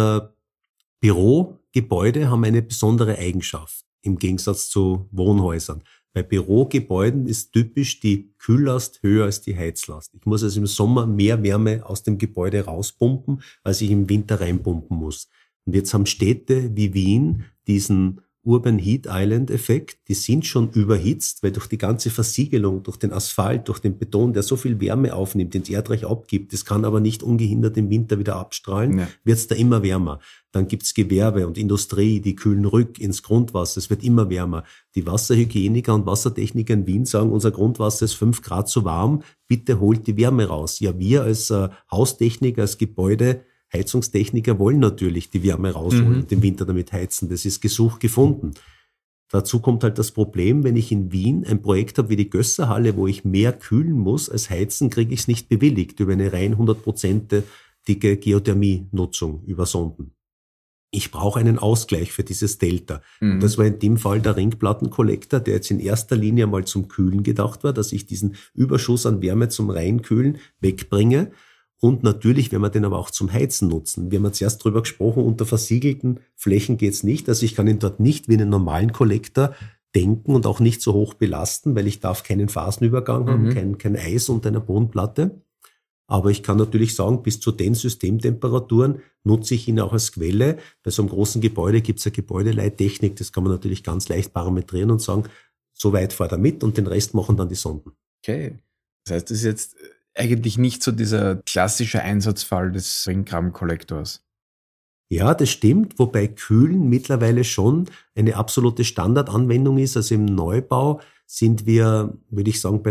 Bürogebäude haben eine besondere Eigenschaft im Gegensatz zu Wohnhäusern. Bei Bürogebäuden ist typisch die Kühllast höher als die Heizlast. Ich muss also im Sommer mehr Wärme aus dem Gebäude rauspumpen, als ich im Winter reinpumpen muss. Und jetzt haben Städte wie Wien diesen Urban Heat Island Effekt. Die sind schon überhitzt, weil durch die ganze Versiegelung, durch den Asphalt, durch den Beton, der so viel Wärme aufnimmt, ins Erdreich abgibt, das kann aber nicht ungehindert im Winter wieder abstrahlen, wird es da immer wärmer. Dann gibt's Gewerbe und Industrie, die kühlen rück ins Grundwasser, es wird immer wärmer. Die Wasserhygieniker und Wassertechniker in Wien sagen, unser Grundwasser ist 5 Grad zu warm, bitte holt die Wärme raus. Ja, wir als Haustechniker, als Gebäudeheizungstechniker wollen natürlich die Wärme rausholen und den Winter damit heizen. Das ist gesucht gefunden. Dazu kommt halt das Problem, wenn ich in Wien ein Projekt habe wie die Gösserhalle, wo ich mehr kühlen muss als heizen, kriege ich es nicht bewilligt über eine rein 100%ige Geothermie-Nutzung über Sonden. Ich brauche einen Ausgleich für dieses Delta. Und das war in dem Fall der Ringplattenkollektor, der jetzt in erster Linie mal zum Kühlen gedacht war, dass ich diesen Überschuss an Wärme zum Reinkühlen wegbringe. Und natürlich werden wir den aber auch zum Heizen nutzen. Wir haben zuerst drüber gesprochen, unter versiegelten Flächen geht's nicht. Also ich kann ihn dort nicht wie einen normalen Kollektor denken und auch nicht so hoch belasten, weil ich darf keinen Phasenübergang haben, kein Eis unter einer Bodenplatte. Aber ich kann natürlich sagen, bis zu den Systemtemperaturen nutze ich ihn auch als Quelle. Bei so einem großen Gebäude gibt es eine Gebäudeleittechnik, das kann man natürlich ganz leicht parametrieren und sagen, so weit fahrt er mit und den Rest machen dann die Sonden. Okay. Das heißt, das ist jetzt eigentlich nicht so dieser klassische Einsatzfall des Ringgrabenkollektors. Ja, das stimmt, wobei Kühlen mittlerweile schon eine absolute Standardanwendung ist. Also im Neubau sind wir, würde ich sagen, bei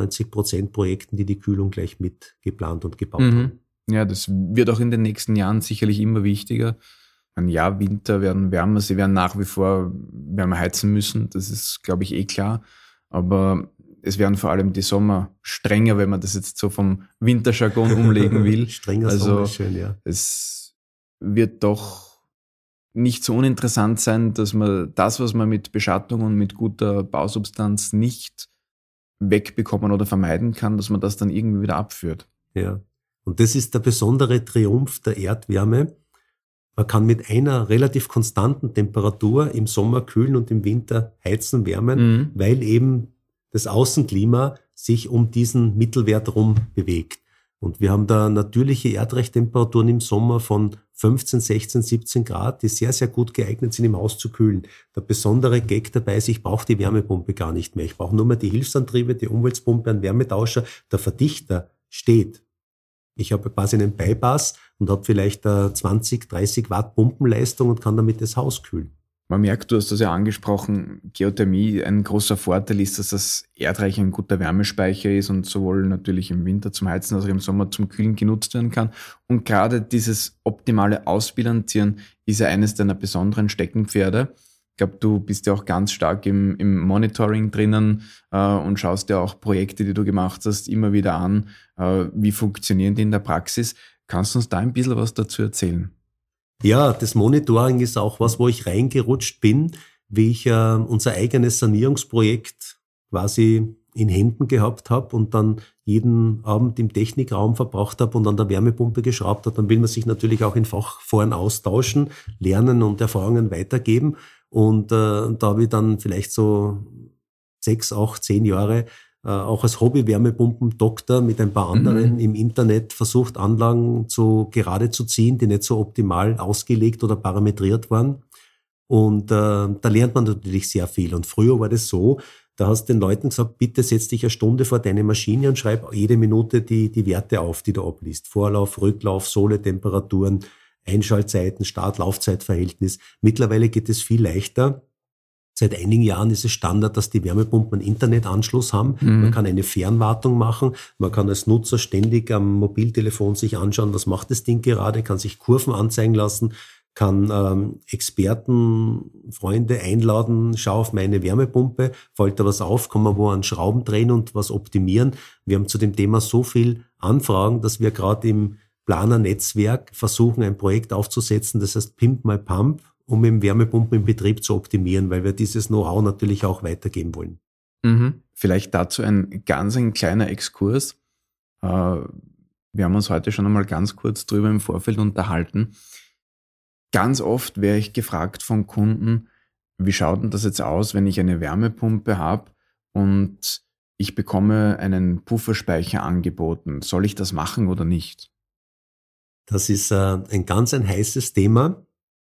99% Projekten, die die Kühlung gleich mit geplant und gebaut haben. Ja, das wird auch in den nächsten Jahren sicherlich immer wichtiger. Ja, Winter werden wärmer, sie werden nach wie vor wärmer heizen müssen, das ist, glaube ich, klar. Aber es werden vor allem die Sommer strenger, wenn man das jetzt so vom Winterjargon umlegen will. Strenger Sommer ist schön, ja. Es wird doch nicht so uninteressant sein, dass man das, was man mit Beschattung und mit guter Bausubstanz nicht wegbekommen oder vermeiden kann, dass man das dann irgendwie wieder abführt. Ja. Und das ist der besondere Triumph der Erdwärme. Man kann mit einer relativ konstanten Temperatur im Sommer kühlen und im Winter heizen, wärmen, weil eben das Außenklima sich um diesen Mittelwert rum bewegt. Und wir haben da natürliche Erdrechttemperaturen im Sommer von 15, 16, 17 Grad, die sehr, sehr gut geeignet sind, im Haus zu kühlen. Der besondere Gag dabei ist, ich brauche die Wärmepumpe gar nicht mehr. Ich brauche nur mehr die Hilfsantriebe, die Umweltpumpe, einen Wärmetauscher. Der Verdichter steht. Ich habe quasi einen Bypass und habe vielleicht 20, 30 Watt Pumpenleistung und kann damit das Haus kühlen. Man merkt, du hast das ja angesprochen, Geothermie, ein großer Vorteil ist, dass das Erdreich ein guter Wärmespeicher ist und sowohl natürlich im Winter zum Heizen als auch im Sommer zum Kühlen genutzt werden kann. Und gerade dieses optimale Ausbilanzieren ist ja eines deiner besonderen Steckenpferde. Ich glaube, du bist ja auch ganz stark im Monitoring drinnen und schaust dir auch Projekte, die du gemacht hast, immer wieder an. Wie funktionieren die in der Praxis? Kannst du uns da ein bisschen was dazu erzählen? Ja, das Monitoring ist auch was, wo ich reingerutscht bin, wie ich unser eigenes Sanierungsprojekt quasi in Händen gehabt habe und dann jeden Abend im Technikraum verbracht habe und an der Wärmepumpe geschraubt habe. Dann will man sich natürlich auch in Fachforen austauschen, lernen und Erfahrungen weitergeben. Und da habe ich dann vielleicht so 6, 8, 10 Jahre auch als Hobby-Wärmepumpen-Doktor mit ein paar anderen im Internet versucht, Anlagen gerade zu ziehen, die nicht so optimal ausgelegt oder parametriert waren. Und da lernt man natürlich sehr viel. Und früher war das so, da hast du den Leuten gesagt, bitte setz dich eine Stunde vor deine Maschine und schreib jede Minute die Werte auf, die du abliest. Vorlauf, Rücklauf, Sohletemperaturen, Einschaltzeiten, Start-Laufzeitverhältnis. Mittlerweile geht es viel leichter. Seit einigen Jahren ist es Standard, dass die Wärmepumpen einen Internetanschluss haben. Man kann eine Fernwartung machen. Man kann als Nutzer ständig am Mobiltelefon sich anschauen, was macht das Ding gerade, kann sich Kurven anzeigen lassen, kann Experten, Freunde einladen, schau auf meine Wärmepumpe, fällt da was auf, kann man wo an Schrauben drehen und was optimieren. Wir haben zu dem Thema so viel Anfragen, dass wir gerade im Planer-Netzwerk versuchen, ein Projekt aufzusetzen, das heißt Pimp My Pump, um eben Wärmepumpen im Betrieb zu optimieren, weil wir dieses Know-how natürlich auch weitergeben wollen. Vielleicht dazu ein kleiner Exkurs. Wir haben uns heute schon einmal ganz kurz drüber im Vorfeld unterhalten. Ganz oft wäre ich gefragt von Kunden, wie schaut denn das jetzt aus, wenn ich eine Wärmepumpe habe und ich bekomme einen Pufferspeicher angeboten. Soll ich das machen oder nicht? Das ist ein heißes Thema,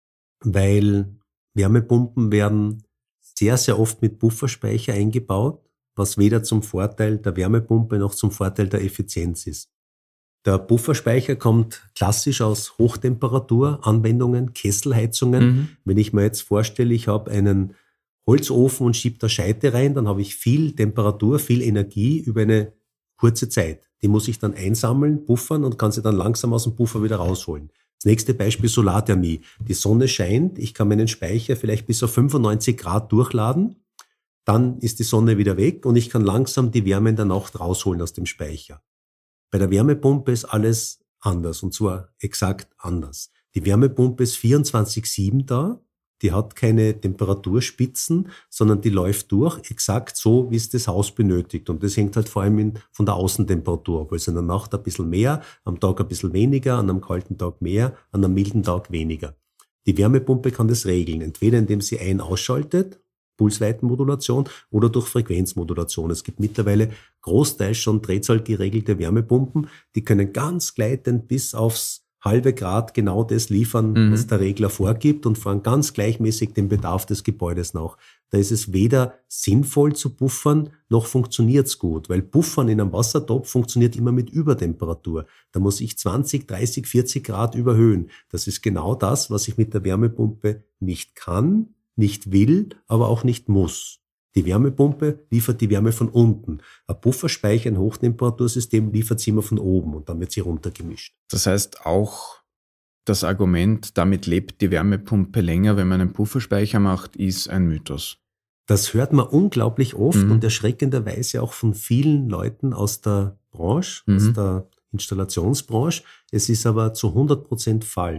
weil Wärmepumpen werden sehr, sehr oft mit Pufferspeicher eingebaut, was weder zum Vorteil der Wärmepumpe noch zum Vorteil der Effizienz ist. Der Pufferspeicher kommt klassisch aus Hochtemperatur-Anwendungen, Kesselheizungen. Wenn ich mir jetzt vorstelle, ich habe einen Holzofen und schiebe da Scheite rein, dann habe ich viel Temperatur, viel Energie über eine kurze Zeit. Die muss ich dann einsammeln, puffern und kann sie dann langsam aus dem Puffer wieder rausholen. Das nächste Beispiel Solarthermie. Die Sonne scheint, ich kann meinen Speicher vielleicht bis auf 95 Grad durchladen, dann ist die Sonne wieder weg und ich kann langsam die Wärme in der Nacht rausholen aus dem Speicher. Bei der Wärmepumpe ist alles anders und zwar exakt anders. Die Wärmepumpe ist 24/7 da, die hat keine Temperaturspitzen, sondern die läuft durch, exakt so, wie es das Haus benötigt. Und das hängt halt vor allem von der Außentemperatur ab. Also in der Nacht ein bisschen mehr, am Tag ein bisschen weniger, an einem kalten Tag mehr, an einem milden Tag weniger. Die Wärmepumpe kann das regeln, entweder indem sie ausschaltet, Pulsweitenmodulation oder durch Frequenzmodulation. Es gibt mittlerweile großteils schon drehzahlgeregelte Wärmepumpen, die können ganz gleitend bis aufs halbe Grad genau das liefern, was der Regler vorgibt und fahren ganz gleichmäßig den Bedarf des Gebäudes nach. Da ist es weder sinnvoll zu buffern, noch funktioniert's gut, weil Buffern in einem Wassertopf funktioniert immer mit Übertemperatur. Da muss ich 20, 30, 40 Grad überhöhen. Das ist genau das, was ich mit der Wärmepumpe nicht kann, nicht will, aber auch nicht muss. Die Wärmepumpe liefert die Wärme von unten. Ein Pufferspeicher, ein Hochtemperatursystem liefert sie immer von oben und dann wird sie runtergemischt. Das heißt auch das Argument, damit lebt die Wärmepumpe länger, wenn man einen Pufferspeicher macht, ist ein Mythos. Das hört man unglaublich oft und erschreckenderweise auch von vielen Leuten aus der Branche, aus der Installationsbranche. Es ist aber zu 100% falsch.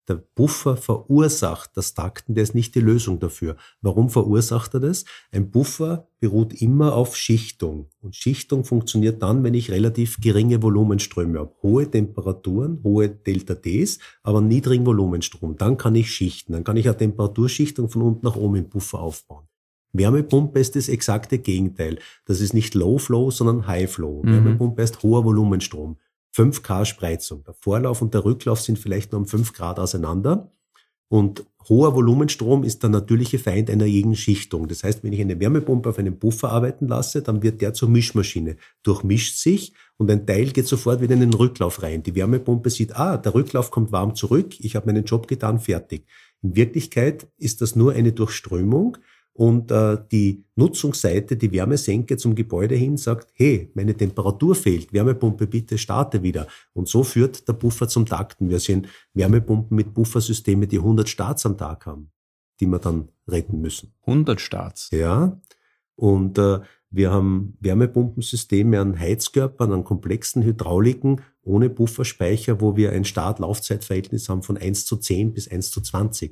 Der Puffer verursacht das Takten, der ist nicht die Lösung dafür. Warum verursacht er das? Ein Puffer beruht immer auf Schichtung. Und Schichtung funktioniert dann, wenn ich relativ geringe Volumenströme habe. Hohe Temperaturen, hohe Delta-Ts, aber niedrigen Volumenstrom. Dann kann ich schichten. Dann kann ich eine Temperaturschichtung von unten nach oben im Puffer aufbauen. Wärmepumpe ist das exakte Gegenteil. Das ist nicht Low Flow, sondern High Flow. Wärmepumpe ist hoher Volumenstrom. 5 K Spreizung. Der Vorlauf und der Rücklauf sind vielleicht nur um 5 Grad auseinander. Und hoher Volumenstrom ist der natürliche Feind einer jeden Schichtung. Das heißt, wenn ich eine Wärmepumpe auf einem Puffer arbeiten lasse, dann wird der zur Mischmaschine. Durchmischt sich und ein Teil geht sofort wieder in den Rücklauf rein. Die Wärmepumpe sieht, der Rücklauf kommt warm zurück, ich habe meinen Job getan, fertig. In Wirklichkeit ist das nur eine Durchströmung. Und die Nutzungsseite, die Wärmesenke zum Gebäude hin, sagt, hey, meine Temperatur fehlt, Wärmepumpe bitte starte wieder. Und so führt der Puffer zum Takten. Wir sehen Wärmepumpen mit Puffersystemen, die 100 Starts am Tag haben, die wir dann retten müssen. 100 Starts? Ja, und wir haben Wärmepumpensysteme an Heizkörpern, an komplexen Hydrauliken ohne Pufferspeicher, wo wir ein Start-Laufzeitverhältnis haben von 1:10 bis 1:20.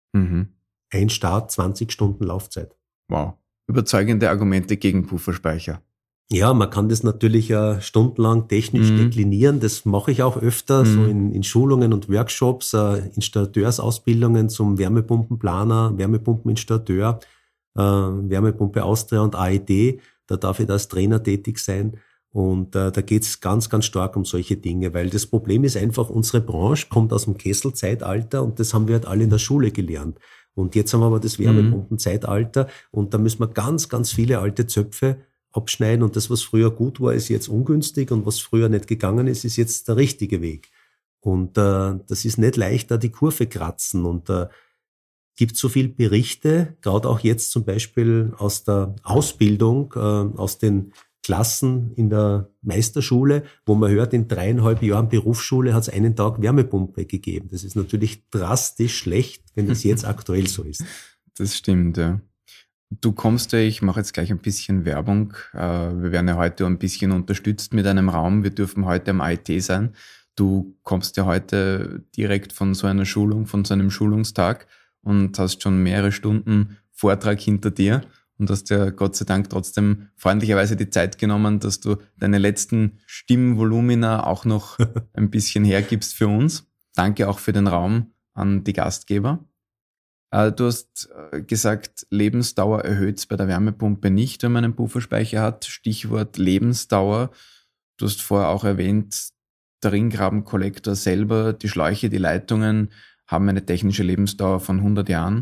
Ein Start, 20 Stunden Laufzeit. Wow. Überzeugende Argumente gegen Pufferspeicher. Ja, man kann das natürlich stundenlang technisch deklinieren. Das mache ich auch öfter, so in Schulungen und Workshops, Installateursausbildungen zum Wärmepumpenplaner, Wärmepumpeninstallateur, Wärmepumpe Austria und AED. Da darf ich als Trainer tätig sein. Und da geht's ganz, ganz stark um solche Dinge, weil das Problem ist einfach, unsere Branche kommt aus dem Kesselzeitalter und das haben wir halt alle in der Schule gelernt. Und jetzt haben wir aber das Wärmepumpenzeitalter und da müssen wir ganz, ganz viele alte Zöpfe abschneiden und das, was früher gut war, ist jetzt ungünstig und was früher nicht gegangen ist, ist jetzt der richtige Weg. Und das ist nicht leicht, da die Kurve kratzen und gibt so viel Berichte, gerade auch jetzt zum Beispiel aus der Ausbildung, aus den Klassen in der Meisterschule, wo man hört, in 3,5 Jahren Berufsschule hat es einen Tag Wärmepumpe gegeben. Das ist natürlich drastisch schlecht, wenn das jetzt aktuell so ist. Das stimmt, ja. Du kommst ja, ich mache jetzt gleich ein bisschen Werbung. Wir werden ja heute ein bisschen unterstützt mit einem Raum. Wir dürfen heute am AIT sein. Du kommst ja heute direkt von so einer Schulung, von so einem Schulungstag und hast schon mehrere Stunden Vortrag hinter dir. Und hast ja Gott sei Dank trotzdem freundlicherweise die Zeit genommen, dass du deine letzten Stimmvolumina auch noch ein bisschen hergibst für uns. Danke auch für den Raum an die Gastgeber. Du hast gesagt, Lebensdauer erhöht es bei der Wärmepumpe nicht, wenn man einen Pufferspeicher hat. Stichwort Lebensdauer. Du hast vorher auch erwähnt, der Ringgrabenkollektor selber, die Schläuche, die Leitungen haben eine technische Lebensdauer von 100 Jahren.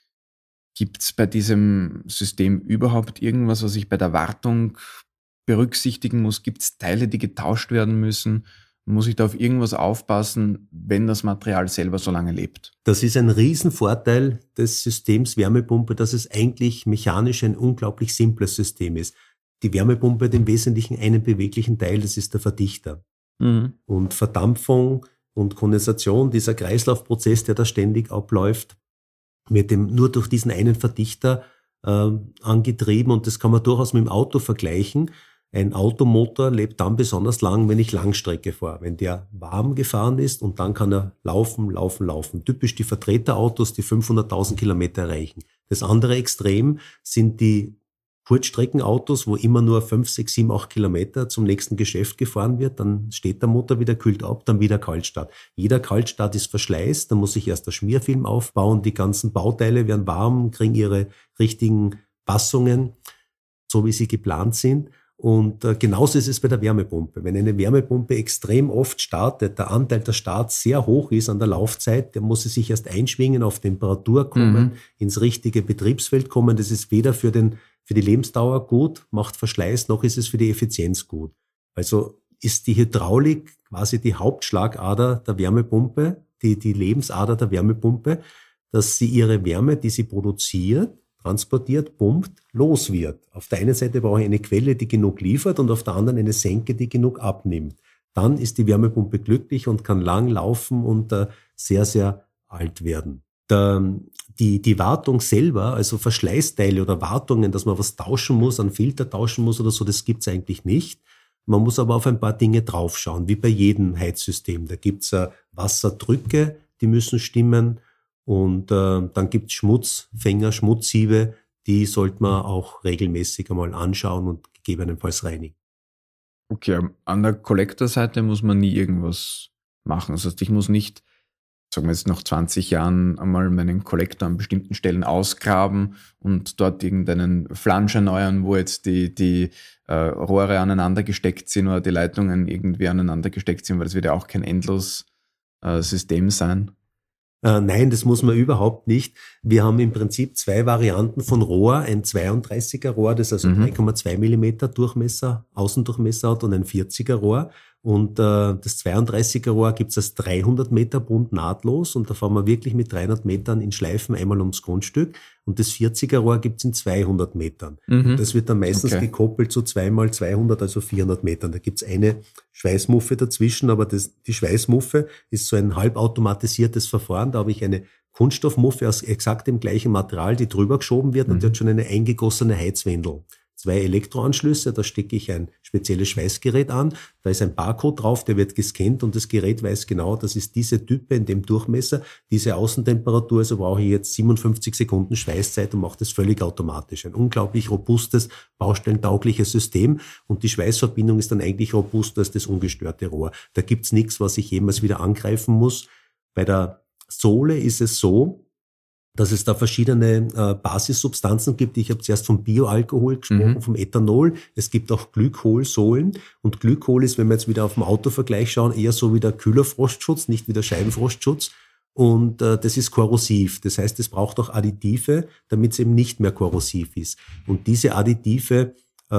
Gibt es bei diesem System überhaupt irgendwas, was ich bei der Wartung berücksichtigen muss? Gibt es Teile, die getauscht werden müssen? Muss ich da auf irgendwas aufpassen, wenn das Material selber so lange lebt? Das ist ein Riesenvorteil des Systems Wärmepumpe, dass es eigentlich mechanisch ein unglaublich simples System ist. Die Wärmepumpe hat im Wesentlichen einen beweglichen Teil, das ist der Verdichter. Und Verdampfung und Kondensation, dieser Kreislaufprozess, der da ständig abläuft, wird nur durch diesen einen Verdichter angetrieben und das kann man durchaus mit dem Auto vergleichen. Ein Automotor lebt dann besonders lang, wenn ich Langstrecke fahre, wenn der warm gefahren ist und dann kann er laufen. Typisch die Vertreterautos, die 500.000 Kilometer erreichen. Das andere Extrem sind die Kurzstreckenautos, wo immer nur 5, 6, 7, 8 Kilometer zum nächsten Geschäft gefahren wird, dann steht der Motor wieder, kühlt ab, dann wieder Kaltstart. Jeder Kaltstart ist Verschleiß, dann muss ich erst der Schmierfilm aufbauen, die ganzen Bauteile werden warm, kriegen ihre richtigen Passungen, so wie sie geplant sind. Und genauso ist es bei der Wärmepumpe. Wenn eine Wärmepumpe extrem oft startet, der Anteil der Starts sehr hoch ist an der Laufzeit, dann muss sie sich erst einschwingen, auf Temperatur kommen, ins richtige Betriebsfeld kommen. Das ist weder für die Lebensdauer gut, macht Verschleiß, noch ist es für die Effizienz gut. Also ist die Hydraulik quasi die Hauptschlagader der Wärmepumpe, die Lebensader der Wärmepumpe, dass sie ihre Wärme, die sie produziert, transportiert, pumpt, los wird. Auf der einen Seite brauche ich eine Quelle, die genug liefert und auf der anderen eine Senke, die genug abnimmt. Dann ist die Wärmepumpe glücklich und kann lang laufen und sehr, sehr alt werden. Die Wartung selber, also Verschleißteile oder Wartungen, dass man was tauschen muss, einen Filter tauschen muss oder so, das gibt's eigentlich nicht. Man muss aber auf ein paar Dinge draufschauen, wie bei jedem Heizsystem. Da gibt's Wasserdrücke, die müssen stimmen. Und dann gibt's Schmutzfänger, Schmutzsiebe, die sollte man auch regelmäßig einmal anschauen und gegebenenfalls reinigen. Okay, an der Kollektorseite muss man nie irgendwas machen. Das heißt, ich muss nicht, sagen wir jetzt nach 20 Jahren, einmal meinen Kollektor an bestimmten Stellen ausgraben und dort irgendeinen Flansch erneuern, wo jetzt die Rohre aneinander gesteckt sind oder die Leitungen irgendwie aneinander gesteckt sind, weil das wird ja auch kein endlos System sein. Nein, das muss man überhaupt nicht. Wir haben im Prinzip zwei Varianten von Rohr. Ein 32er Rohr, das also 3,2 Millimeter Durchmesser, Außendurchmesser hat, und ein 40er Rohr. Und das 32er Rohr gibt's als 300 Meter Bund nahtlos, und da fahren wir wirklich mit 300 Metern in Schleifen einmal ums Grundstück. Und das 40er Rohr gibt's in 200 Metern. Und das wird dann meistens gekoppelt zu 2x200, also 400 Metern. Da gibt's eine Schweißmuffe dazwischen, aber die Schweißmuffe ist so ein halbautomatisiertes Verfahren. Da habe ich eine Kunststoffmuffe aus exakt dem gleichen Material, die drüber geschoben wird, und die hat schon eine eingegossene Heizwendel. 2 Elektroanschlüsse, da stecke ich ein spezielles Schweißgerät an, da ist ein Barcode drauf, der wird gescannt, und das Gerät weiß genau, das ist diese Type in dem Durchmesser, diese Außentemperatur, also brauche ich jetzt 57 Sekunden Schweißzeit und mache das völlig automatisch. Ein unglaublich robustes, baustellentaugliches System, und die Schweißverbindung ist dann eigentlich robuster als das ungestörte Rohr. Da gibt's nichts, was ich jemals wieder angreifen muss. Bei der Sohle ist es so, dass es da verschiedene Basissubstanzen gibt. Ich habe zuerst vom Bioalkohol gesprochen, vom Ethanol. Es gibt auch Glykolsohlen. Und Glykol ist, wenn wir jetzt wieder auf den Autovergleich schauen, eher so wie der Kühlerfrostschutz, nicht wie der Scheibenfrostschutz. Und das ist korrosiv. Das heißt, es braucht auch Additive, damit es eben nicht mehr korrosiv ist. Und diese Additive,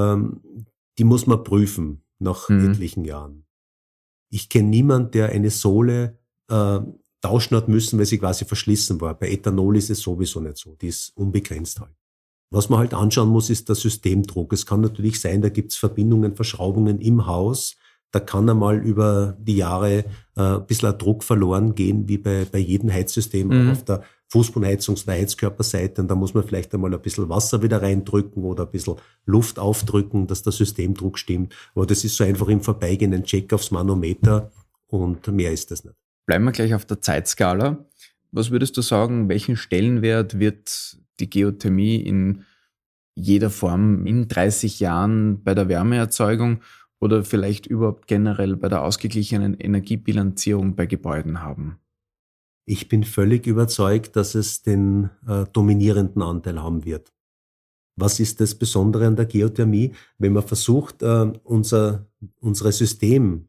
die muss man prüfen nach etlichen Jahren. Ich kenne niemanden, der eine Sohle tauschen hat müssen, weil sie quasi verschlissen war. Bei Ethanol ist es sowieso nicht so. Die ist unbegrenzt halt. Was man halt anschauen muss, ist der Systemdruck. Es kann natürlich sein, da gibt's Verbindungen, Verschraubungen im Haus. Da kann einmal über die Jahre ein bisschen ein Druck verloren gehen, wie bei jedem Heizsystem, auch auf der Fußbodenheizungs- oder Heizkörperseite. Und da muss man vielleicht einmal ein bisschen Wasser wieder reindrücken oder ein bisschen Luft aufdrücken, dass der Systemdruck stimmt. Aber das ist so einfach im Vorbeigehen ein Check aufs Manometer, und mehr ist das nicht. Bleiben wir gleich auf der Zeitskala. Was würdest du sagen, welchen Stellenwert wird die Geothermie in jeder Form in 30 Jahren bei der Wärmeerzeugung oder vielleicht überhaupt generell bei der ausgeglichenen Energiebilanzierung bei Gebäuden haben? Ich bin völlig überzeugt, dass es den dominierenden Anteil haben wird. Was ist das Besondere an der Geothermie? Wenn man versucht, unser System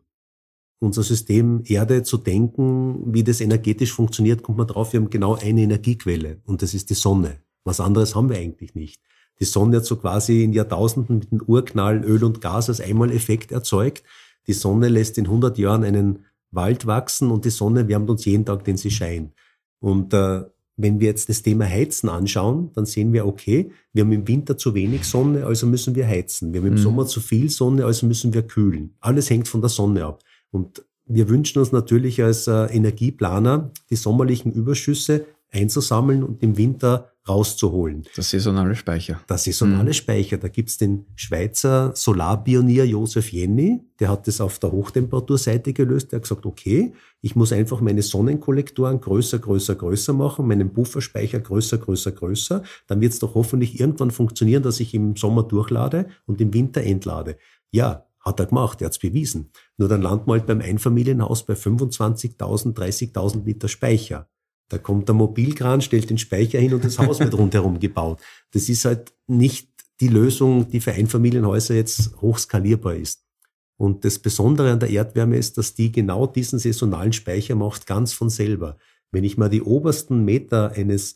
Erde zu denken, wie das energetisch funktioniert, kommt man drauf, wir haben genau eine Energiequelle, und das ist die Sonne. Was anderes haben wir eigentlich nicht. Die Sonne hat so quasi in Jahrtausenden mit dem Urknall Öl und Gas als Einmaleffekt erzeugt. Die Sonne lässt in 100 Jahren einen Wald wachsen, und die Sonne wärmt uns jeden Tag, den sie scheint. Und wenn wir jetzt das Thema Heizen anschauen, dann sehen wir, okay, wir haben im Winter zu wenig Sonne, also müssen wir heizen. Wir haben im Sommer zu viel Sonne, also müssen wir kühlen. Alles hängt von der Sonne ab. Und wir wünschen uns natürlich als Energieplaner, die sommerlichen Überschüsse einzusammeln und im Winter rauszuholen. Das saisonale Speicher. Das saisonale Speicher. Da gibt's den Schweizer Solarpionier Josef Jenny, der hat das auf der Hochtemperaturseite gelöst. Der hat gesagt, okay, ich muss einfach meine Sonnenkollektoren größer machen, meinen Pufferspeicher größer. Dann wird's doch hoffentlich irgendwann funktionieren, dass ich im Sommer durchlade und im Winter entlade. Ja, hat er gemacht, er hat's bewiesen. Nur dann landet man halt beim Einfamilienhaus bei 25.000, 30.000 Liter Speicher. Da kommt der Mobilkran, stellt den Speicher hin und das Haus wird rundherum gebaut. Das ist halt nicht die Lösung, die für Einfamilienhäuser jetzt hochskalierbar ist. Und das Besondere an der Erdwärme ist, dass die genau diesen saisonalen Speicher macht, ganz von selber. Wenn ich mal die obersten Meter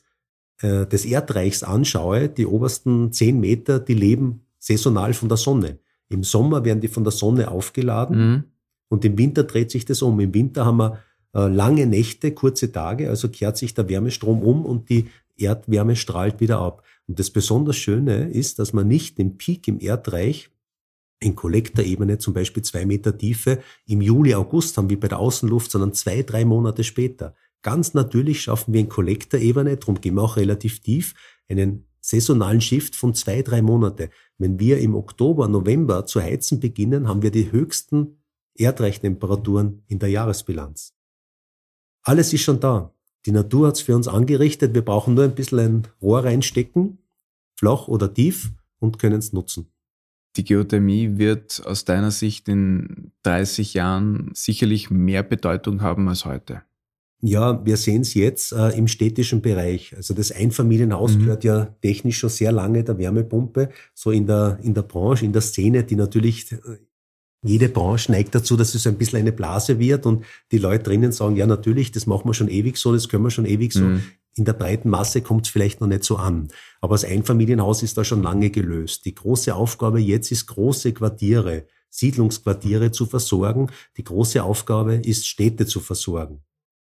des Erdreichs anschaue, die obersten 10 Meter, die leben saisonal von der Sonne. Im Sommer werden die von der Sonne aufgeladen und im Winter dreht sich das um. Im Winter haben wir lange Nächte, kurze Tage, also kehrt sich der Wärmestrom um und die Erdwärme strahlt wieder ab. Und das besonders Schöne ist, dass man nicht den Peak im Erdreich in Kollektorebene, zum Beispiel 2 Meter Tiefe, im Juli, August haben wie bei der Außenluft, sondern 2-3 Monate später. Ganz natürlich schaffen wir in Kollektorebene, darum gehen wir auch relativ tief, einen saisonalen Shift von 2-3 Monate. Wenn wir im Oktober, November zu heizen beginnen, haben wir die höchsten Erdreichtemperaturen in der Jahresbilanz. Alles ist schon da. Die Natur hat es für uns angerichtet. Wir brauchen nur ein bisschen ein Rohr reinstecken, flach oder tief, und können es nutzen. Die Geothermie wird aus deiner Sicht in 30 Jahren sicherlich mehr Bedeutung haben als heute. Ja, wir sehen es jetzt im städtischen Bereich. Also das Einfamilienhaus gehört ja technisch schon sehr lange der Wärmepumpe. So in der Branche, in der Szene, die natürlich, jede Branche neigt dazu, dass es so ein bisschen eine Blase wird und die Leute drinnen sagen, ja natürlich, das machen wir schon ewig so, das können wir schon ewig so. In der breiten Masse kommt es vielleicht noch nicht so an. Aber das Einfamilienhaus ist da schon lange gelöst. Die große Aufgabe jetzt ist, große Quartiere, Siedlungsquartiere zu versorgen. Die große Aufgabe ist, Städte zu versorgen.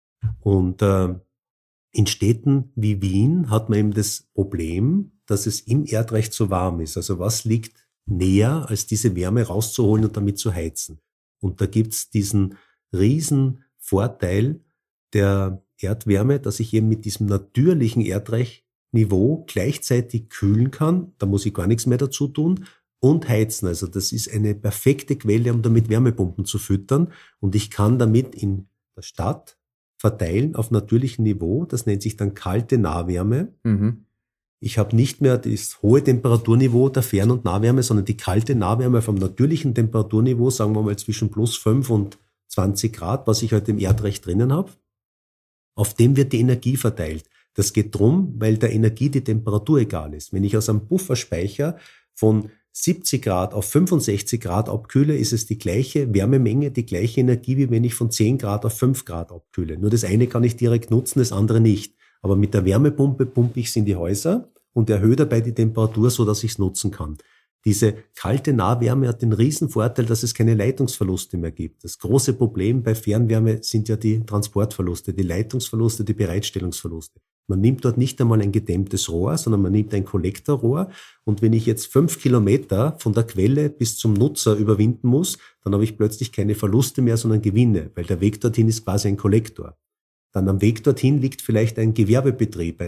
Und in Städten wie Wien hat man eben das Problem, dass es im Erdreich zu warm ist. Also was liegt näher, als diese Wärme rauszuholen und damit zu heizen? Und da gibt's diesen riesen Vorteil der Erdwärme, dass ich eben mit diesem natürlichen Erdreichniveau gleichzeitig kühlen kann. Da muss ich gar nichts mehr dazu tun. Und heizen. Also das ist eine perfekte Quelle, um damit Wärmepumpen zu füttern. Und ich kann damit in der Stadt verteilen auf natürlichem Niveau. Das nennt sich dann kalte Nahwärme. Ich habe nicht mehr das hohe Temperaturniveau der Fern- und Nahwärme, sondern die kalte Nahwärme vom natürlichen Temperaturniveau, sagen wir mal zwischen plus 5 und 20 Grad, was ich halt im Erdreich drinnen habe. Auf dem wird die Energie verteilt. Das geht drum, weil der Energie die Temperatur egal ist. Wenn ich aus einem Pufferspeicher von 70 Grad auf 65 Grad abkühle, ist es die gleiche Wärmemenge, die gleiche Energie, wie wenn ich von 10 Grad auf 5 Grad abkühle. Nur das eine kann ich direkt nutzen, das andere nicht. Aber mit der Wärmepumpe pumpe ich es in die Häuser und erhöhe dabei die Temperatur, so dass ich es nutzen kann. Diese kalte Nahwärme hat den riesen Vorteil, dass es keine Leitungsverluste mehr gibt. Das große Problem bei Fernwärme sind ja die Transportverluste, die Leitungsverluste, die Bereitstellungsverluste. Man nimmt dort nicht einmal ein gedämmtes Rohr, sondern man nimmt ein Kollektorrohr. Und wenn ich jetzt 5 Kilometer von der Quelle bis zum Nutzer überwinden muss, dann habe ich plötzlich keine Verluste mehr, sondern Gewinne, weil der Weg dorthin ist quasi ein Kollektor. Dann am Weg dorthin liegt vielleicht ein Gewerbebetrieb,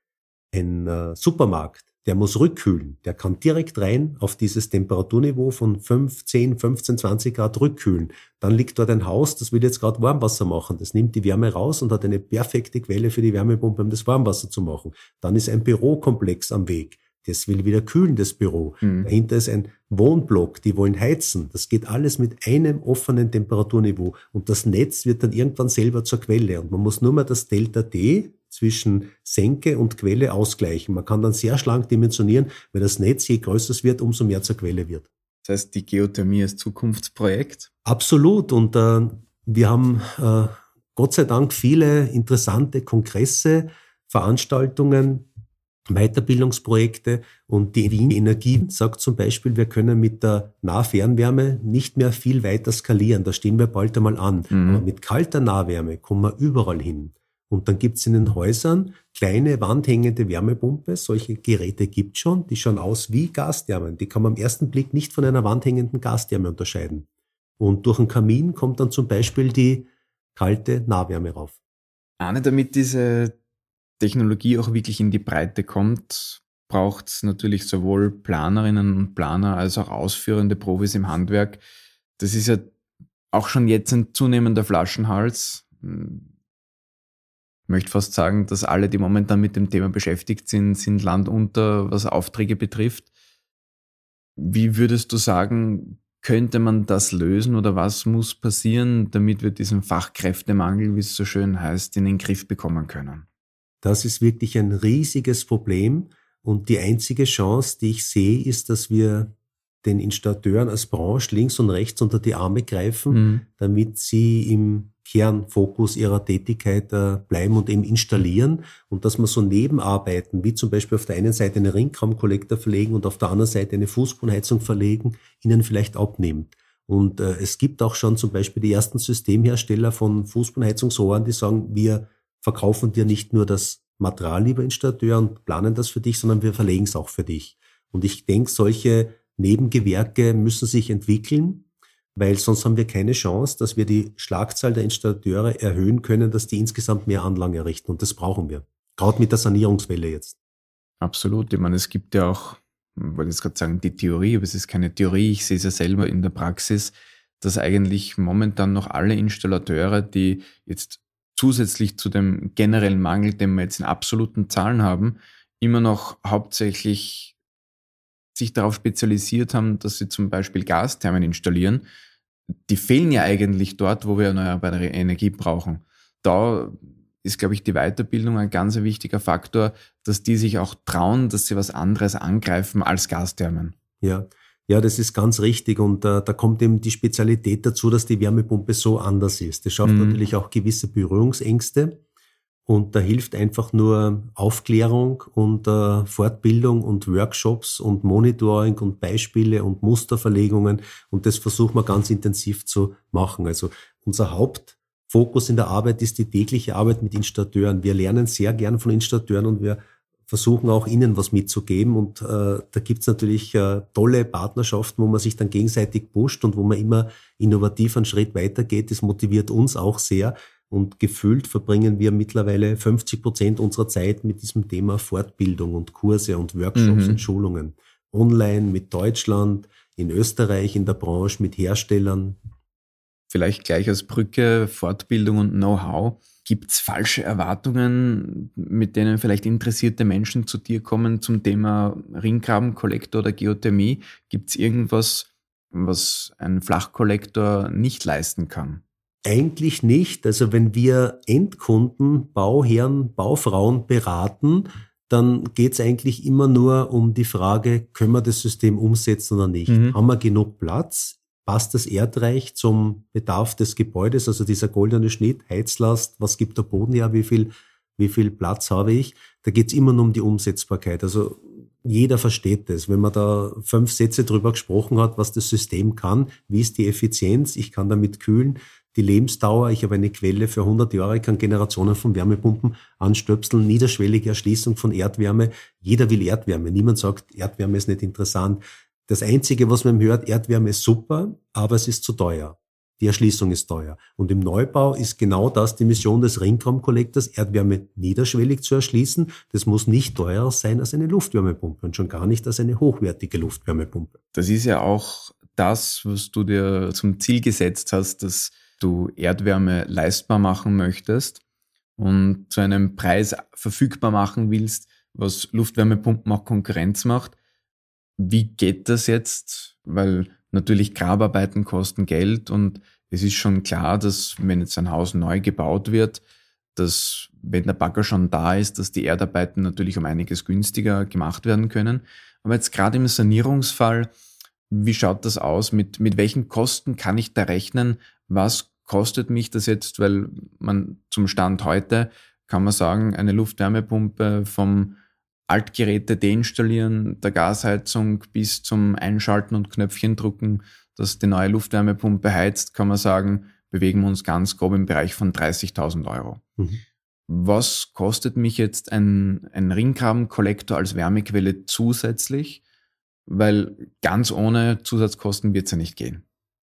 ein Supermarkt. Der muss rückkühlen. Der kann direkt rein auf dieses Temperaturniveau von 5, 10, 15, 20 Grad rückkühlen. Dann liegt dort ein Haus, das will jetzt gerade Warmwasser machen. Das nimmt die Wärme raus und hat eine perfekte Quelle für die Wärmepumpe, um das Warmwasser zu machen. Dann ist ein Bürokomplex am Weg. Das will wieder kühlen, das Büro. Dahinter ist ein Wohnblock, die wollen heizen. Das geht alles mit einem offenen Temperaturniveau. Und das Netz wird dann irgendwann selber zur Quelle. Und man muss nur mal das Delta T zwischen Senke und Quelle ausgleichen. Man kann dann sehr schlank dimensionieren, weil das Netz, je größer es wird, umso mehr zur Quelle wird. Das heißt, die Geothermie als Zukunftsprojekt? Absolut. Und wir haben Gott sei Dank viele interessante Kongresse, Veranstaltungen, Weiterbildungsprojekte, und die Wien Energie sagt zum Beispiel, wir können mit der Nahfernwärme nicht mehr viel weiter skalieren. Da stehen wir bald einmal an. Aber mit kalter Nahwärme kommen wir überall hin. Und dann gibt's in den Häusern kleine wandhängende Wärmepumpe. Solche Geräte gibt's schon. Die schauen aus wie Gasthermen. Die kann man am ersten Blick nicht von einer wandhängenden Gastherme unterscheiden. Und durch einen Kamin kommt dann zum Beispiel die kalte Nahwärme rauf. Damit diese Technologie auch wirklich in die Breite kommt, braucht es natürlich sowohl Planerinnen und Planer als auch ausführende Profis im Handwerk. Das ist ja auch schon jetzt ein zunehmender Flaschenhals. Ich möchte fast sagen, dass alle, die momentan mit dem Thema beschäftigt sind landunter, was Aufträge betrifft. Wie würdest du sagen, könnte man das lösen oder was muss passieren, damit wir diesen Fachkräftemangel, wie es so schön heißt, in den Griff bekommen können? Das ist wirklich ein riesiges Problem, und die einzige Chance, die ich sehe, ist, dass wir den Installateuren als Branche links und rechts unter die Arme greifen, damit sie im Kernfokus ihrer Tätigkeit bleiben und eben installieren, und dass man so Nebenarbeiten, wie zum Beispiel auf der einen Seite einen Ringraumkollektor verlegen und auf der anderen Seite eine Fußbodenheizung verlegen, ihnen vielleicht abnimmt. Und es gibt auch schon zum Beispiel die ersten Systemhersteller von Fußbodenheizungsrohren, die sagen, wir verkaufen dir nicht nur das Material, lieber Installateur, und planen das für dich, sondern wir verlegen es auch für dich. Und ich denke, solche Nebengewerke müssen sich entwickeln, weil sonst haben wir keine Chance, dass wir die Schlagzahl der Installateure erhöhen können, dass die insgesamt mehr Anlagen errichten. Und das brauchen wir. Gerade mit der Sanierungswelle jetzt. Absolut. Ich meine, es gibt ja auch, ich wollte jetzt gerade sagen, die Theorie, aber es ist keine Theorie, ich sehe es ja selber in der Praxis, dass eigentlich momentan noch alle Installateure, die jetzt zusätzlich zu dem generellen Mangel, den wir jetzt in absoluten Zahlen haben, immer noch hauptsächlich sich darauf spezialisiert haben, dass sie zum Beispiel Gasthermen installieren. Die fehlen ja eigentlich dort, wo wir erneuerbare Energie brauchen. Da ist, glaube ich, die Weiterbildung ein ganz wichtiger Faktor, dass die sich auch trauen, dass sie was anderes angreifen als Gasthermen. Ja, ja, das ist ganz richtig. Und da kommt eben die Spezialität dazu, dass die Wärmepumpe so anders ist. Das schafft natürlich auch gewisse Berührungsängste. Und da hilft einfach nur Aufklärung und Fortbildung und Workshops und Monitoring und Beispiele und Musterverlegungen. Und das versuchen wir ganz intensiv zu machen. Also unser Hauptfokus in der Arbeit ist die tägliche Arbeit mit Installateuren. Wir lernen sehr gern von Installateuren und wir versuchen auch ihnen was mitzugeben. Und da gibt's natürlich tolle Partnerschaften, wo man sich dann gegenseitig pusht und wo man immer innovativ einen Schritt weitergeht. Das motiviert uns auch sehr. Und gefühlt verbringen wir mittlerweile 50% unserer Zeit mit diesem Thema Fortbildung und Kurse und Workshops und Schulungen. Online mit Deutschland, in Österreich, in der Branche, mit Herstellern. Vielleicht gleich als Brücke Fortbildung und Know-how. Gibt es falsche Erwartungen, mit denen vielleicht interessierte Menschen zu dir kommen zum Thema Ringgrabenkollektor oder Geothermie? Gibt es irgendwas, was ein Flachkollektor nicht leisten kann? Eigentlich nicht. Also wenn wir Endkunden, Bauherren, Baufrauen beraten, dann geht's eigentlich immer nur um die Frage, können wir das System umsetzen oder nicht? Haben wir genug Platz? Passt das Erdreich zum Bedarf des Gebäudes? Also dieser goldene Schnitt, Heizlast, was gibt der Boden her? Wie viel Platz habe ich? Da geht's immer nur um die Umsetzbarkeit. Also jeder versteht das. Wenn man da 5 Sätze drüber gesprochen hat, was das System kann, wie ist die Effizienz, ich kann damit kühlen, die Lebensdauer, ich habe eine Quelle für 100 Jahre, ich kann Generationen von Wärmepumpen anstöpseln, niederschwellige Erschließung von Erdwärme. Jeder will Erdwärme. Niemand sagt, Erdwärme ist nicht interessant. Das Einzige, was man hört, Erdwärme ist super, aber es ist zu teuer. Die Erschließung ist teuer. Und im Neubau ist genau das die Mission des Ringgrabenkollektors, Erdwärme niederschwellig zu erschließen. Das muss nicht teurer sein als eine Luftwärmepumpe und schon gar nicht als eine hochwertige Luftwärmepumpe. Das ist ja auch das, was du dir zum Ziel gesetzt hast, dass du Erdwärme leistbar machen möchtest und zu einem Preis verfügbar machen willst, was Luftwärmepumpen auch Konkurrenz macht. Wie geht das jetzt? Weil natürlich Grabarbeiten kosten Geld und es ist schon klar, dass wenn jetzt ein Haus neu gebaut wird, dass wenn der Bagger schon da ist, dass die Erdarbeiten natürlich um einiges günstiger gemacht werden können. Aber jetzt gerade im Sanierungsfall, wie schaut das aus? Mit welchen Kosten kann ich da rechnen? Was kostet mich das jetzt? Weil man zum Stand heute kann man sagen, eine Luftwärmepumpe vom Altgeräte deinstallieren, der Gasheizung bis zum Einschalten und Knöpfchen drücken, dass die neue Luftwärmepumpe heizt, kann man sagen, bewegen wir uns ganz grob im Bereich von 30.000 Euro. Was kostet mich jetzt ein Ringgrabenkollektor als Wärmequelle zusätzlich? Weil ganz ohne Zusatzkosten wird es ja nicht gehen.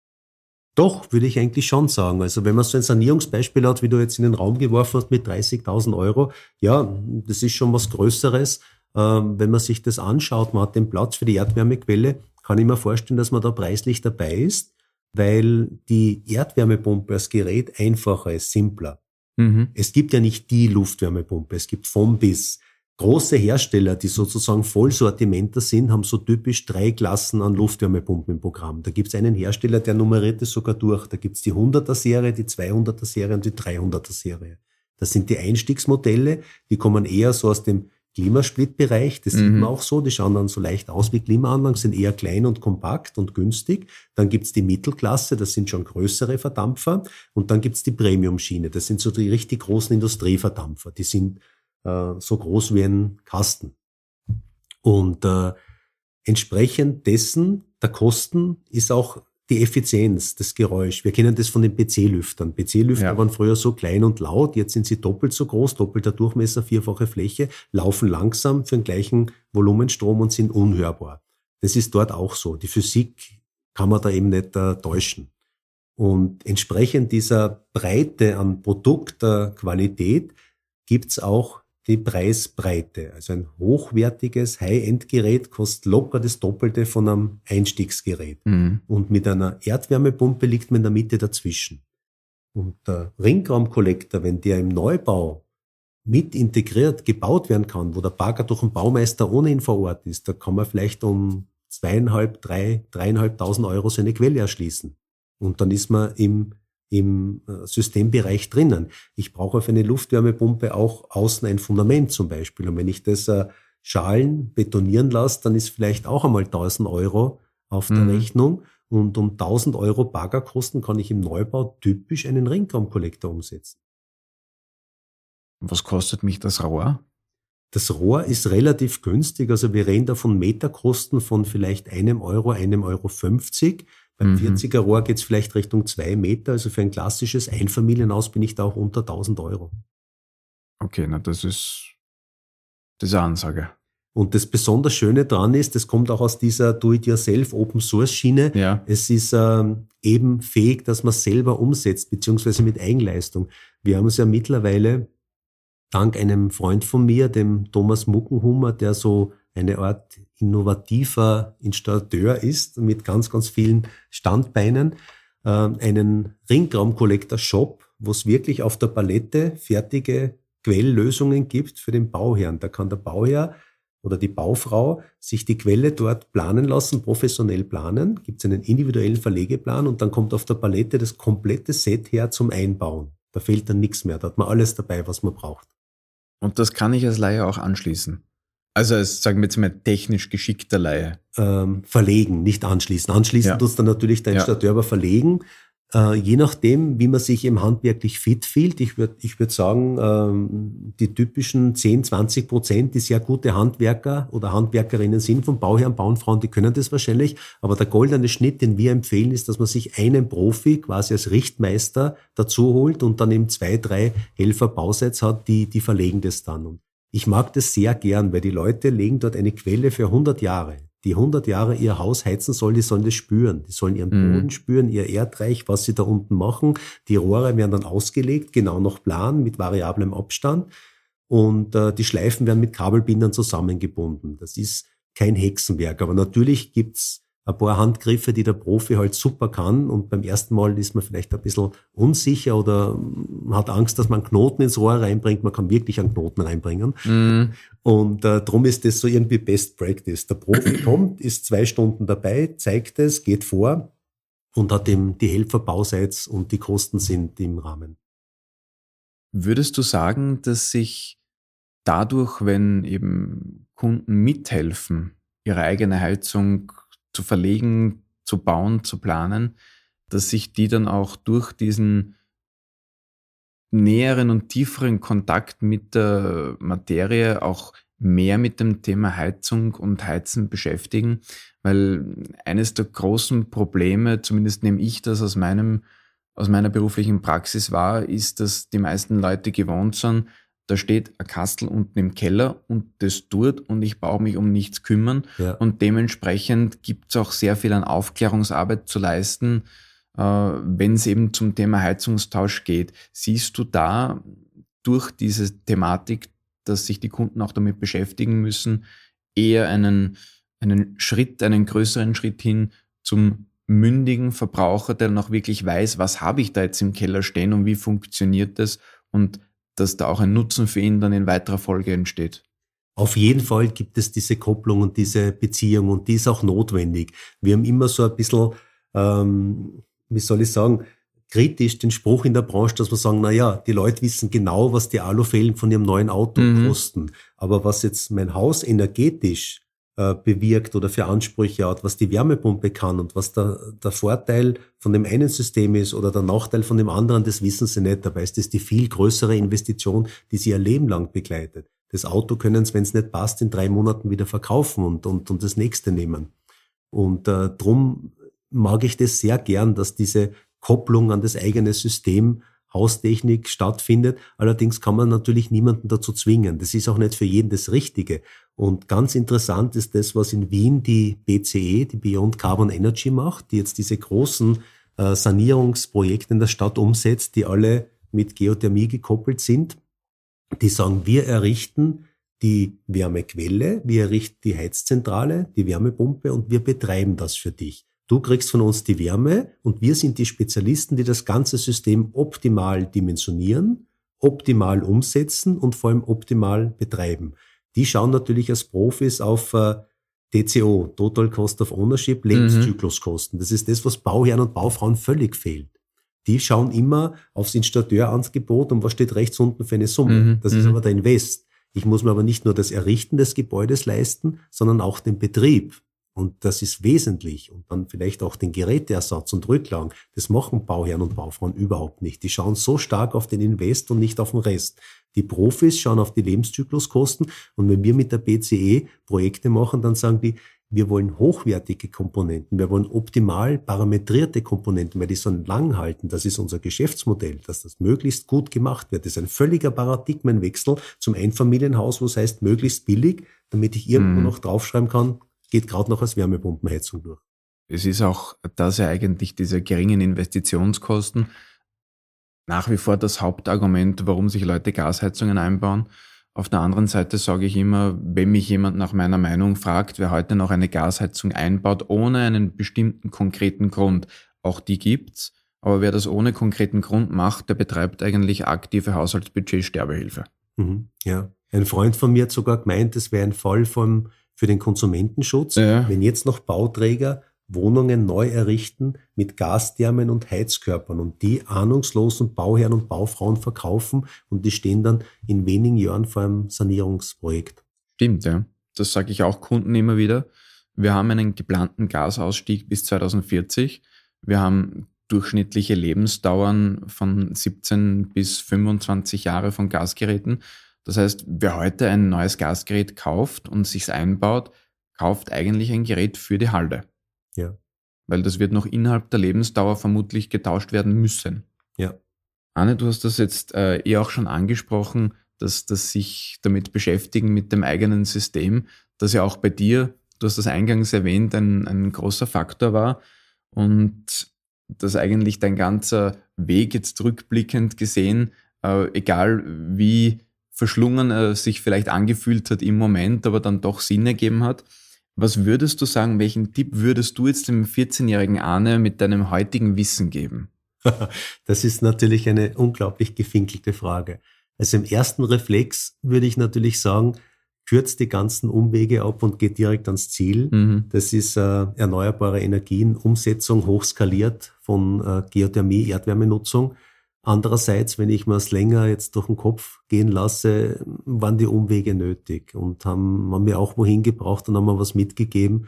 Doch, würde ich eigentlich schon sagen. Also wenn man so ein Sanierungsbeispiel hat, wie du jetzt in den Raum geworfen hast mit 30.000 Euro, ja, das ist schon was Größeres. Wenn man sich das anschaut, man hat den Platz für die Erdwärmequelle, kann ich mir vorstellen, dass man da preislich dabei ist, weil die Erdwärmepumpe als Gerät einfacher ist, simpler. Es gibt ja nicht die Luftwärmepumpe, es gibt von bis. Große Hersteller, die sozusagen Vollsortimenter sind, haben so typisch 3 Klassen an Luftwärmepumpen im Programm. Da gibt es einen Hersteller, der nummeriert es sogar durch. Da gibt es die 100er-Serie, die 200er-Serie und die 300er-Serie. Das sind die Einstiegsmodelle, die kommen eher so aus dem Klimasplitbereich. Das sieht man auch so. Die schauen dann so leicht aus wie Klimaanlagen, sind eher klein und kompakt und günstig. Dann gibt es die Mittelklasse, das sind schon größere Verdampfer. Und dann gibt es die Premium-Schiene. Das sind so die richtig großen Industrieverdampfer. Die sind so groß wie ein Kasten. Und entsprechend dessen, der Kosten, ist auch die Effizienz, das Geräusch. Wir kennen das von den PC-Lüftern. PC-Lüfter waren früher so klein und laut, jetzt sind sie doppelt so groß, doppelter Durchmesser, 4-fache Fläche, laufen langsam für den gleichen Volumenstrom und sind unhörbar. Das ist dort auch so. Die Physik kann man da eben nicht täuschen. Und entsprechend dieser Breite an Produktqualität gibt's auch die Preisbreite. Also ein hochwertiges High-End-Gerät kostet locker das Doppelte von einem Einstiegsgerät. Und mit einer Erdwärmepumpe liegt man in der Mitte dazwischen. Und der Ringraumkollektor, wenn der im Neubau mit integriert gebaut werden kann, wo der Bagger durch den Baumeister ohnehin vor Ort ist, da kann man vielleicht um 3.500 Euro seine Quelle erschließen. Und dann ist man im Systembereich drinnen. Ich brauche für eine Luftwärmepumpe auch außen ein Fundament zum Beispiel. Und wenn ich das Schalen betonieren lasse, dann ist vielleicht auch einmal 1.000 Euro auf der Rechnung. Und um 1.000 Euro Baggerkosten kann ich im Neubau typisch einen Ringraumkollektor umsetzen. Was kostet mich das Rohr? Das Rohr ist relativ günstig, also wir reden da von Meterkosten von vielleicht 1 Euro, 1,50 Euro. Beim 40er Rohr geht's vielleicht Richtung 2 Meter, also für ein klassisches Einfamilienhaus bin ich da auch unter 1.000 Euro. Okay, na das ist eine Ansage. Und das besonders Schöne dran ist, das kommt auch aus dieser Do-it-yourself Open-Source-Schiene. Ja. Es ist eben fähig, dass man es selber umsetzt, beziehungsweise mit Eigenleistung. Wir haben es ja mittlerweile dank einem Freund von mir, dem Thomas Muckenhummer, der so eine Art innovativer Installateur ist, mit ganz, ganz vielen Standbeinen, einen Ringraumkollektor-Shop, wo es wirklich auf der Palette fertige Quelllösungen gibt für den Bauherrn. Da kann der Bauherr oder die Baufrau sich die Quelle dort planen lassen, professionell planen, gibt es einen individuellen Verlegeplan und dann kommt auf der Palette das komplette Set her zum Einbauen. Da fehlt dann nichts mehr, da hat man alles dabei, was man braucht. Und das kann ich als Laie auch anschließen? Also als, sagen wir jetzt mal, technisch geschickter Laie. Verlegen, nicht anschließen. Anschließen tut's dann natürlich der Installateur, aber verlegen. Je nachdem, wie man sich eben handwerklich fit fühlt. Ich würd sagen, die typischen 10-20%, die sehr gute Handwerker oder Handwerkerinnen sind von Bauherren, Bauernfrauen, die können das wahrscheinlich. Aber der goldene Schnitt, den wir empfehlen, ist, dass man sich einen Profi quasi als Richtmeister dazu holt und dann eben 2, 3 Helfer Bausets hat, die verlegen das dann. Und ich mag das sehr gern, weil die Leute legen dort eine Quelle für 100 Jahre. Die 100 Jahre ihr Haus heizen soll, die sollen das spüren. Die sollen ihren Boden spüren, ihr Erdreich, was sie da unten machen. Die Rohre werden dann ausgelegt, genau nach Plan, mit variablem Abstand. Und die Schleifen werden mit Kabelbindern zusammengebunden. Das ist kein Hexenwerk. Aber natürlich gibt's ein paar Handgriffe, die der Profi halt super kann. Und beim ersten Mal ist man vielleicht ein bisschen unsicher oder hat Angst, dass man einen Knoten ins Rohr reinbringt. Man kann wirklich einen Knoten reinbringen. Und darum ist das so irgendwie Best Practice. Der Profi kommt, ist 2 Stunden dabei, zeigt es, geht vor und hat eben die Helfer Bauseits und die Kosten sind im Rahmen. Würdest du sagen, dass sich dadurch, wenn eben Kunden mithelfen, ihre eigene Heizung zu verlegen, zu bauen, zu planen, dass sich die dann auch durch diesen näheren und tieferen Kontakt mit der Materie auch mehr mit dem Thema Heizung und Heizen beschäftigen? Weil eines der großen Probleme, zumindest nehme ich das aus meiner beruflichen Praxis wahr, ist, dass die meisten Leute gewohnt sind, da steht ein Kastel unten im Keller und das tut und ich brauche mich um nichts kümmern. Ja. Und dementsprechend gibt es auch sehr viel an Aufklärungsarbeit zu leisten, wenn es eben zum Thema Heizungstausch geht. Siehst du da durch diese Thematik, dass sich die Kunden auch damit beschäftigen müssen, eher einen größeren Schritt hin zum mündigen Verbraucher, der noch wirklich weiß, was habe ich da jetzt im Keller stehen und wie funktioniert das und dass da auch ein Nutzen für ihn dann in weiterer Folge entsteht? Auf jeden Fall gibt es diese Kopplung und diese Beziehung und die ist auch notwendig. Wir haben immer so ein bisschen, wie soll ich sagen, kritisch den Spruch in der Branche, dass wir sagen, naja, die Leute wissen genau, was die Alufällen von ihrem neuen Auto kosten. Aber was jetzt mein Haus energetisch bewirkt oder für Ansprüche hat, was die Wärmepumpe kann und was der Vorteil von dem einen System ist oder der Nachteil von dem anderen, das wissen sie nicht. Dabei ist das die viel größere Investition, die sie ihr Leben lang begleitet. Das Auto können sie, wenn es nicht passt, in 3 Monaten wieder verkaufen und das nächste nehmen. Und drum mag ich das sehr gern, dass diese Kopplung an das eigene System Haustechnik stattfindet. Allerdings kann man natürlich niemanden dazu zwingen. Das ist auch nicht für jeden das Richtige. Und ganz interessant ist das, was in Wien die BCE, die Beyond Carbon Energy macht, die jetzt diese großen Sanierungsprojekte in der Stadt umsetzt, die alle mit Geothermie gekoppelt sind. Die sagen, wir errichten die Wärmequelle, wir errichten die Heizzentrale, die Wärmepumpe und wir betreiben das für dich. Du kriegst von uns die Wärme und wir sind die Spezialisten, die das ganze System optimal dimensionieren, optimal umsetzen und vor allem optimal betreiben. Die schauen natürlich als Profis auf TCO, Total Cost of Ownership, Lebenszykluskosten. Das ist das, was Bauherren und Baufrauen völlig fehlt. Die schauen immer aufs Installateurangebot und was steht rechts unten für eine Summe. Das ist aber der Invest. Ich muss mir aber nicht nur das Errichten des Gebäudes leisten, sondern auch den Betrieb. Und das ist wesentlich. Und dann vielleicht auch den Geräteersatz und Rücklagen. Das machen Bauherren und Baufrauen überhaupt nicht. Die schauen so stark auf den Invest und nicht auf den Rest. Die Profis schauen auf die Lebenszykluskosten. Und wenn wir mit der BCE Projekte machen, dann sagen die, wir wollen hochwertige Komponenten. Wir wollen optimal parametrierte Komponenten, weil die so lang halten. Das ist unser Geschäftsmodell, dass das möglichst gut gemacht wird. Das ist ein völliger Paradigmenwechsel zum Einfamilienhaus, wo es heißt, möglichst billig, damit ich irgendwo noch draufschreiben kann, geht gerade noch als Wärmepumpenheizung durch. Es ist auch, dass ja eigentlich diese geringen Investitionskosten nach wie vor das Hauptargument, warum sich Leute Gasheizungen einbauen. Auf der anderen Seite sage ich immer, wenn mich jemand nach meiner Meinung fragt, wer heute noch eine Gasheizung einbaut, ohne einen bestimmten konkreten Grund, auch die gibt's, aber wer das ohne konkreten Grund macht, der betreibt eigentlich aktive Haushaltsbudget-Sterbehilfe. Ja, ein Freund von mir hat sogar gemeint, das wäre ein Fall für den Konsumentenschutz, wenn jetzt noch Bauträger Wohnungen neu errichten mit Gasthermen und Heizkörpern und die ahnungslosen Bauherren und Baufrauen verkaufen und die stehen dann in wenigen Jahren vor einem Sanierungsprojekt. Stimmt, ja. Das sage ich auch Kunden immer wieder. Wir haben einen geplanten Gasausstieg bis 2040. Wir haben durchschnittliche Lebensdauern von 17 bis 25 Jahre von Gasgeräten. Das heißt, wer heute ein neues Gasgerät kauft und sich's einbaut, kauft eigentlich ein Gerät für die Halde. Ja. Weil das wird noch innerhalb der Lebensdauer vermutlich getauscht werden müssen. Ja. Anne, du hast das jetzt auch schon angesprochen, dass sich damit beschäftigen mit dem eigenen System, das ja auch bei dir, du hast das eingangs erwähnt, ein großer Faktor war und dass eigentlich dein ganzer Weg jetzt rückblickend gesehen, egal wie verschlungen er sich vielleicht angefühlt hat im Moment, aber dann doch Sinn ergeben hat. Was würdest du sagen, welchen Tipp würdest du jetzt dem 14-jährigen Arne mit deinem heutigen Wissen geben? Das ist natürlich eine unglaublich gefinkelte Frage. Also im ersten Reflex würde ich natürlich sagen, kürzt die ganzen Umwege ab und geht direkt ans Ziel. Das ist erneuerbare Energien, Umsetzung hochskaliert von Geothermie, Erdwärmenutzung. Andererseits, wenn ich mir es länger jetzt durch den Kopf gehen lasse, waren die Umwege nötig und haben mir auch wohin gebracht und haben mir was mitgegeben.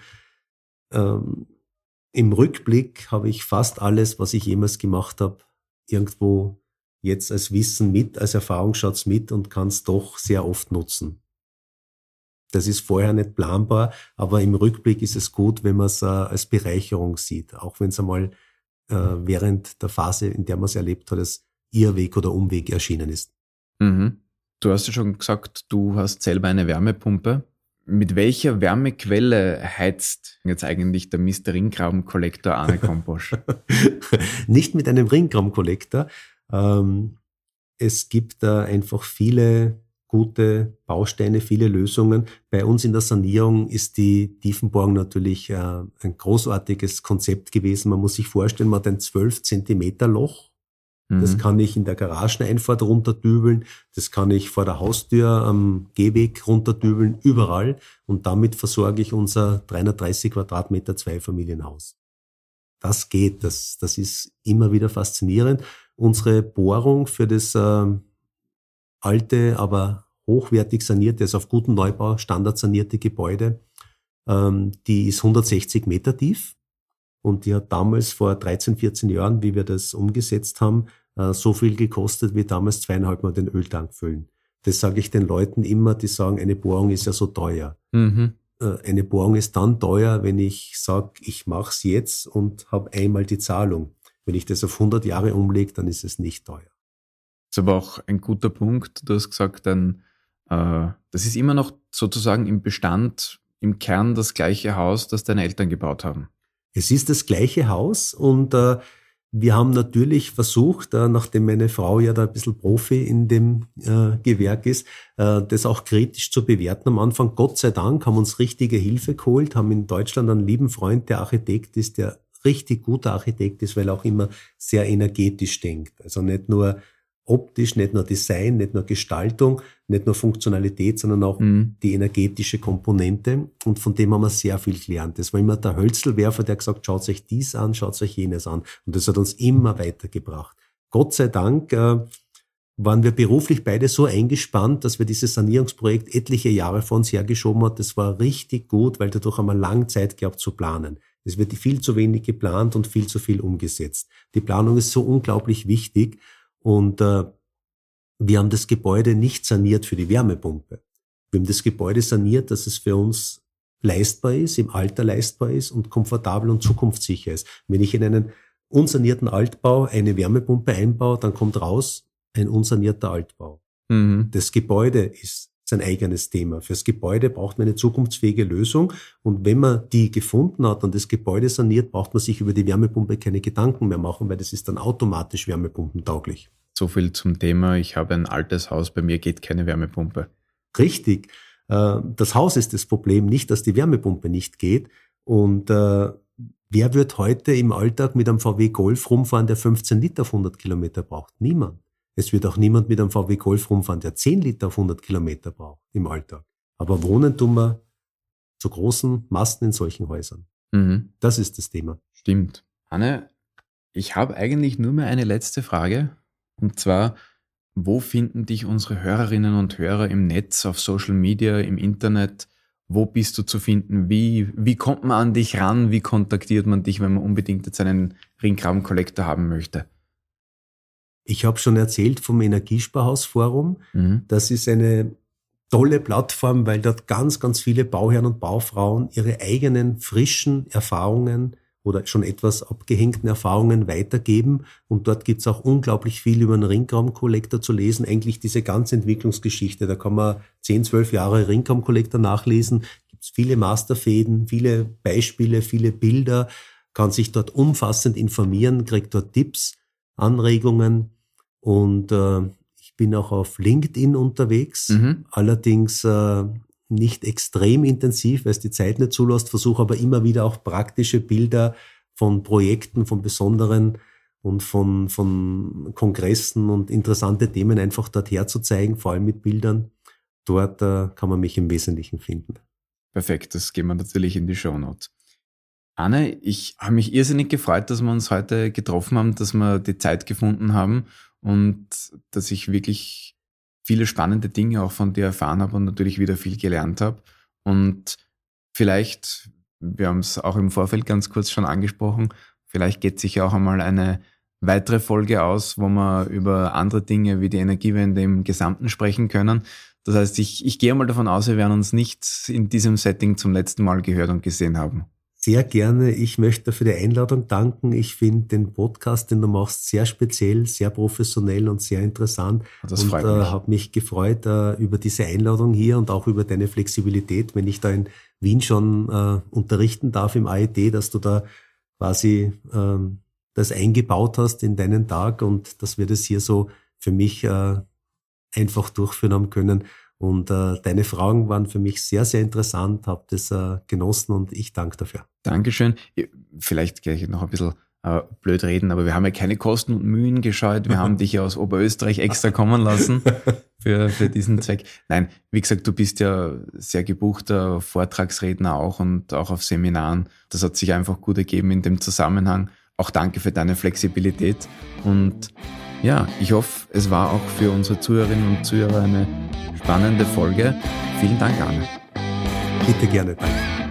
Im Rückblick habe ich fast alles, was ich jemals gemacht habe, irgendwo jetzt als Wissen mit, als Erfahrungsschatz mit und kann es doch sehr oft nutzen. Das ist vorher nicht planbar, aber im Rückblick ist es gut, wenn man es als Bereicherung sieht, auch wenn es einmal während der Phase, in der man es erlebt hat, als Irrweg oder Umweg erschienen ist. Du hast ja schon gesagt, du hast selber eine Wärmepumpe. Mit welcher Wärmequelle heizt jetzt eigentlich der Mr. Ringgraben-Kollektor Arne Komposch? Nicht mit einem Ringgraben-Kollektor. Es gibt da einfach viele gute Bausteine, viele Lösungen. Bei uns in der Sanierung ist die Tiefenbohrung natürlich ein großartiges Konzept gewesen. Man muss sich vorstellen, man hat ein 12 Zentimeter Loch. Das kann ich in der Garageneinfahrt runterdübeln, das kann ich vor der Haustür am Gehweg runterdübeln, überall. Und damit versorge ich unser 330 Quadratmeter Zweifamilienhaus. Das geht, das ist immer wieder faszinierend. Unsere Bohrung für das alte, aber hochwertig sanierte, also auf guten Neubau, standardsanierte Gebäude, die ist 160 Meter tief. Und die hat damals vor 13, 14 Jahren, wie wir das umgesetzt haben, so viel gekostet wie damals 2,5 Mal den Öltank füllen. Das sage ich den Leuten immer, die sagen, eine Bohrung ist ja so teuer. Eine Bohrung ist dann teuer, wenn ich sage, ich mache es jetzt und habe einmal die Zahlung. Wenn ich das auf 100 Jahre umlege, dann ist es nicht teuer. Das ist aber auch ein guter Punkt. Du hast gesagt, das ist immer noch sozusagen im Bestand, im Kern das gleiche Haus, das deine Eltern gebaut haben. Es ist das gleiche Haus und wir haben natürlich versucht, nachdem meine Frau ja da ein bisschen Profi in dem Gewerk ist, das auch kritisch zu bewerten. Am Anfang, Gott sei Dank, haben uns richtige Hilfe geholt, haben in Deutschland einen lieben Freund, der Architekt ist, der richtig guter Architekt ist, weil er auch immer sehr energetisch denkt. Also nicht nur optisch, nicht nur Design, nicht nur Gestaltung, nicht nur Funktionalität, sondern auch die energetische Komponente. Und von dem haben wir sehr viel gelernt. Das war immer der Hölzelwerfer, der gesagt, schaut euch dies an, schaut euch jenes an. Und das hat uns immer weitergebracht. Gott sei Dank waren wir beruflich beide so eingespannt, dass wir dieses Sanierungsprojekt etliche Jahre vor uns hergeschoben haben. Das war richtig gut, weil dadurch haben wir lange Zeit gehabt zu planen. Es wird viel zu wenig geplant und viel zu viel umgesetzt. Die Planung ist so unglaublich wichtig. Und wir haben das Gebäude nicht saniert für die Wärmepumpe. Wir haben das Gebäude saniert, dass es für uns leistbar ist, im Alter leistbar ist und komfortabel und zukunftssicher ist. Wenn ich in einen unsanierten Altbau eine Wärmepumpe einbaue, dann kommt raus ein unsanierter Altbau. Das Gebäude ist sein eigenes Thema. Fürs Gebäude braucht man eine zukunftsfähige Lösung. Und wenn man die gefunden hat und das Gebäude saniert, braucht man sich über die Wärmepumpe keine Gedanken mehr machen, weil das ist dann automatisch wärmepumpentauglich. So viel zum Thema, ich habe ein altes Haus, bei mir geht keine Wärmepumpe. Richtig. Das Haus ist das Problem, nicht, dass die Wärmepumpe nicht geht. Und wer wird heute im Alltag mit einem VW Golf rumfahren, der 15 Liter auf 100 Kilometer braucht? Niemand. Es wird auch niemand mit einem VW Golf rumfahren, der 10 Liter auf 100 Kilometer braucht im Alltag. Aber wohnen tun wir zu großen Massen in solchen Häusern. Das ist das Thema. Stimmt. Anne, ich habe eigentlich nur mehr eine letzte Frage. Und zwar, wo finden dich unsere Hörerinnen und Hörer im Netz, auf Social Media, im Internet? Wo bist du zu finden? Wie kommt man an dich ran? Wie kontaktiert man dich, wenn man unbedingt jetzt einen Ringgrabenkollektor haben möchte? Ich habe schon erzählt vom Energiesparhausforum. Das ist eine tolle Plattform, weil dort ganz, ganz viele Bauherren und Baufrauen ihre eigenen frischen Erfahrungen oder schon etwas abgehängten Erfahrungen weitergeben. Und dort gibt's auch unglaublich viel über einen Ringgrabenkollektor zu lesen. Eigentlich diese ganze Entwicklungsgeschichte. Da kann man 10, 12 Jahre Ringgrabenkollektor nachlesen. Gibt's viele Masterfäden, viele Beispiele, viele Bilder. Kann sich dort umfassend informieren, kriegt dort Tipps, Anregungen. Und ich bin auch auf LinkedIn unterwegs. Allerdings nicht extrem intensiv, weil es die Zeit nicht zulässt, versuche aber immer wieder auch praktische Bilder von Projekten, von besonderen und von Kongressen und interessante Themen einfach dort herzuzeigen, vor allem mit Bildern. Dort kann man mich im Wesentlichen finden. Perfekt, das gehen wir natürlich in die Shownotes. Anne, ich habe mich irrsinnig gefreut, dass wir uns heute getroffen haben, dass wir die Zeit gefunden haben und dass ich wirklich viele spannende Dinge auch von dir erfahren habe und natürlich wieder viel gelernt habe. Und vielleicht, wir haben es auch im Vorfeld ganz kurz schon angesprochen, vielleicht geht sich ja auch einmal eine weitere Folge aus, wo wir über andere Dinge wie die Energiewende im Gesamten sprechen können. Das heißt, ich gehe mal davon aus, wir werden uns nicht in diesem Setting zum letzten Mal gehört und gesehen haben. Sehr gerne. Ich möchte für die Einladung danken. Ich finde den Podcast, den du machst, sehr speziell, sehr professionell und sehr interessant. Das freut mich. Und habe mich gefreut über diese Einladung hier und auch über deine Flexibilität, wenn ich da in Wien schon unterrichten darf im AET, dass du da quasi das eingebaut hast in deinen Tag und dass wir das hier so für mich einfach durchführen haben können. Und deine Fragen waren für mich sehr, sehr interessant, habe das genossen und ich danke dafür. Dankeschön. Vielleicht gleich noch ein bisschen blöd reden, aber wir haben ja keine Kosten und Mühen gescheut. Wir haben dich ja aus Oberösterreich extra kommen lassen für diesen Zweck. Nein, wie gesagt, du bist ja sehr gebuchter Vortragsredner auch und auch auf Seminaren. Das hat sich einfach gut ergeben in dem Zusammenhang. Auch danke für deine Flexibilität. Und ja, ich hoffe, es war auch für unsere Zuhörerinnen und Zuhörer eine spannende Folge. Vielen Dank, Anne. Bitte gerne, danke.